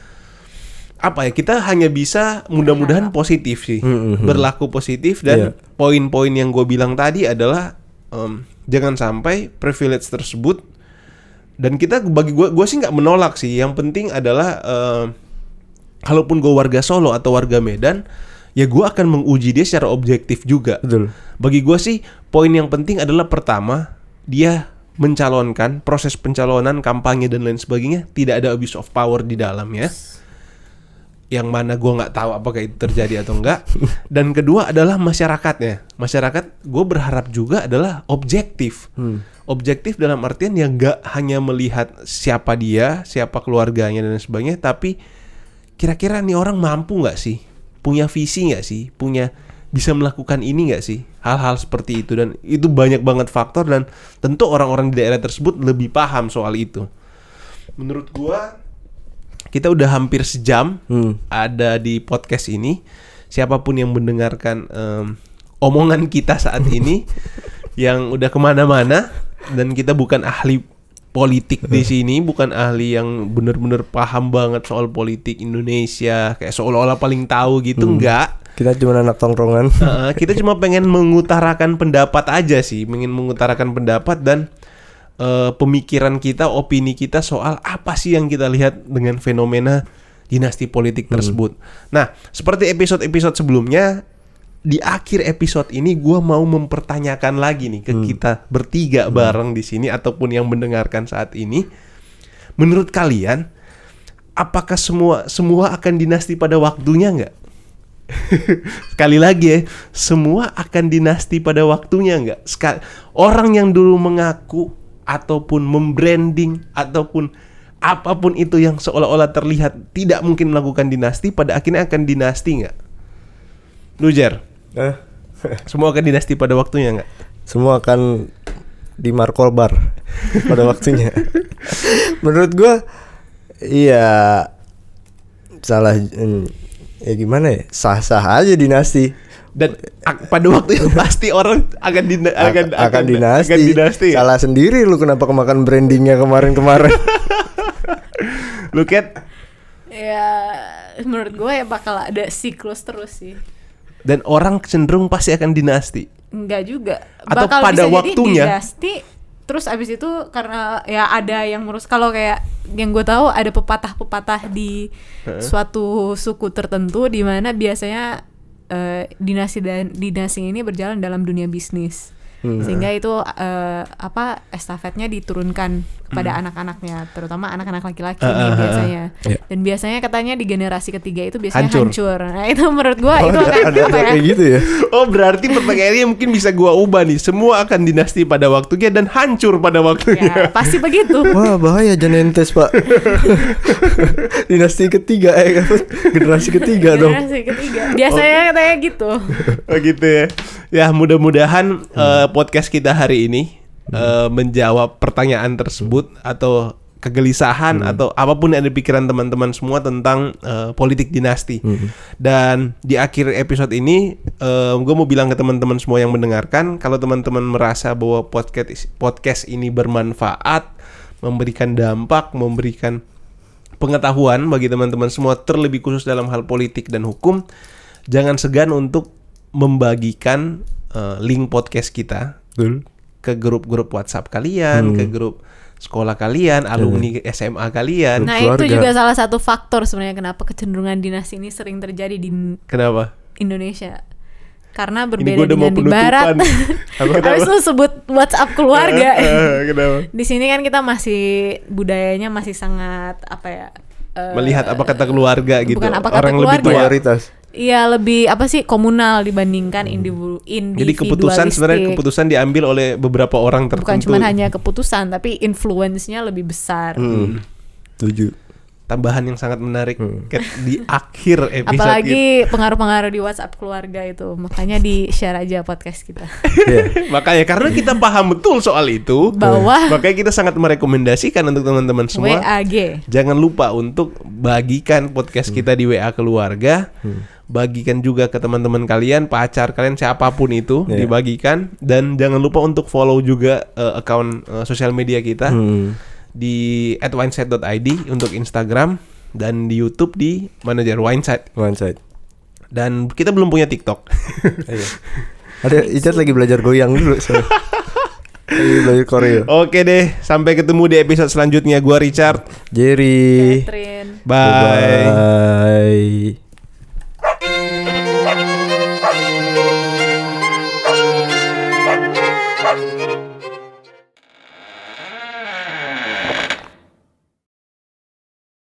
apa ya? Kita hanya bisa mudah-mudahan positif sih, Hmm, hmm, hmm. berlaku positif dan Iya. poin-poin yang gue bilang tadi adalah em, jangan sampai privilege tersebut. Dan kita bagi gue, gue sih nggak menolak sih. Yang penting adalah em, kalaupun gue warga Solo atau warga Medan, ya gue akan menguji dia secara objektif juga. Betul. Bagi gue sih, poin yang penting adalah pertama, dia mencalonkan, proses pencalonan, kampanye dan lain sebagainya, tidak ada abuse of power di dalamnya. Yang mana gue nggak tahu apakah itu terjadi atau enggak. Dan kedua adalah masyarakatnya. Masyarakat gue berharap juga adalah objektif. Hmm. Objektif dalam artian yang nggak hanya melihat siapa dia, siapa keluarganya dan sebagainya, tapi kira-kira nih orang mampu nggak sih, punya visi nggak sih, punya bisa melakukan ini nggak sih, hal-hal seperti itu. Dan itu banyak banget faktor dan tentu orang-orang di daerah tersebut lebih paham soal itu. Menurut gua kita udah hampir sejam Hmm. ada di podcast ini. Siapapun yang mendengarkan em, omongan kita saat ini yang udah kemana-mana, dan kita bukan ahli politik di sini, bukan ahli yang benar-benar paham banget soal politik Indonesia, kayak seolah-olah paling tahu gitu, Hmm. enggak. Kita cuma anak tongkrongan. Uh, kita cuma pengen mengutarakan pendapat aja sih, ingin mengutarakan pendapat dan uh, pemikiran kita, opini kita soal apa sih yang kita lihat dengan fenomena dinasti politik tersebut. Nah, seperti episode-episode sebelumnya, di akhir episode ini gue mau mempertanyakan lagi nih ke Hmm. kita bertiga bareng di sini ataupun yang mendengarkan saat ini. Menurut kalian, apakah semua semua akan dinasti pada waktunya nggak? Sekali lagi ya, semua akan dinasti pada waktunya nggak? Sekal- orang yang dulu mengaku ataupun membranding ataupun apapun itu yang seolah-olah terlihat tidak mungkin melakukan dinasti, pada akhirnya akan dinasti nggak? Lu Jer, Eh, semua akan dinasti pada waktunya nggak? semua akan di Markolbar pada waktunya. Menurut gua, iya salah. hmm, Ya gimana ya? Sah-sah aja dinasti. Dan ak- pada waktunya pasti orang akan dina- akan, akan, akan dinasti. akan dinasti ya? Salah sendiri lu kenapa kemakan brandingnya kemarin-kemarin. Lu Kat? Ya menurut gue ya bakal ada siklus terus sih. Dan orang cenderung pasti akan dinasti. Enggak juga. Atau Bakal pada bisa waktunya. jadi dinasti. Terus abis itu karena ya ada yang ngurus. Kalau kayak yang gue tahu ada pepatah-pepatah di suatu suku tertentu di mana biasanya eh, dinasti dan dinasti ini berjalan dalam dunia bisnis. Hmm. Sehingga itu uh, apa estafetnya diturunkan kepada hmm. anak-anaknya, terutama anak-anak laki-laki uh, nih uh, biasanya. uh, yeah. Dan biasanya katanya di generasi ketiga itu biasanya hancur. hancur. Nah itu menurut gua Oh, itu ada, akan ada, apa ada ya? kayak gitu ya. Oh berarti pertanyaannya mungkin bisa gua ubah nih. Semua akan dinasti pada waktunya dan hancur pada waktunya. Ya pasti begitu. Wah bahaya jangan entes pak. Dinasti ketiga eh generasi ketiga dong. Generasi ketiga. Biasanya Oh. katanya gitu. Oh gitu ya. Ya mudah-mudahan hmm. uh, podcast kita hari ini hmm. uh, menjawab pertanyaan tersebut hmm. atau kegelisahan hmm. atau apapun yang ada di pikiran teman-teman semua tentang uh, politik dinasti. Hmm. Dan di akhir episode ini uh, gue mau bilang ke teman-teman semua yang mendengarkan, kalau teman-teman merasa bahwa podcast podcast ini bermanfaat, memberikan dampak, memberikan pengetahuan bagi teman-teman semua terlebih khusus dalam hal politik dan hukum, jangan segan untuk membagikan uh, link podcast kita Betul. ke grup-grup WhatsApp kalian, hmm. ke grup sekolah kalian, alumni hmm. S M A kalian. Nah keluarga. itu juga salah satu faktor sebenarnya kenapa kecenderungan dinasti ini sering terjadi di Kenapa? Indonesia. Karena Ini berbeda gua udah mau dengan di Barat. Habis itu sebut WhatsApp keluarga. Kenapa? Di sini kan kita masih budayanya masih sangat apa ya? Uh, Melihat apa kata keluarga gitu. Bukan apa kata Orang keluarga. lebih tua. Mayoritas. Iya lebih apa sih komunal dibandingkan individu individualistik. Jadi keputusan sebenarnya keputusan diambil oleh beberapa orang tertentu. Bukan cuma hanya keputusan tapi influence-nya lebih besar. Hmm. Setuju. Tambahan yang sangat menarik hmm. di akhir episode. Apalagi pengaruh-pengaruh di WhatsApp keluarga itu. Makanya di-share aja podcast kita. Yeah. Makanya karena kita paham betul soal itu, bahwa makanya kita sangat merekomendasikan untuk teman-teman semua. W A G. Jangan lupa untuk bagikan podcast hmm. kita di W A keluarga. Hmm. Bagikan juga ke teman-teman kalian, pacar kalian, siapapun itu, yeah. dibagikan. Dan jangan lupa untuk follow juga uh, account uh, sosial media kita. Hmm. Di at wineside dot i d untuk Instagram dan di YouTube di manajer Wineside. Wineside. Dan kita belum punya TikTok. Iya. Ada Icat lagi belajar goyang dulu. So. Lagi belajar koreo. Oke deh, sampai ketemu di episode selanjutnya. Gua Richard, Jerry. Catherine. Bye. Bye.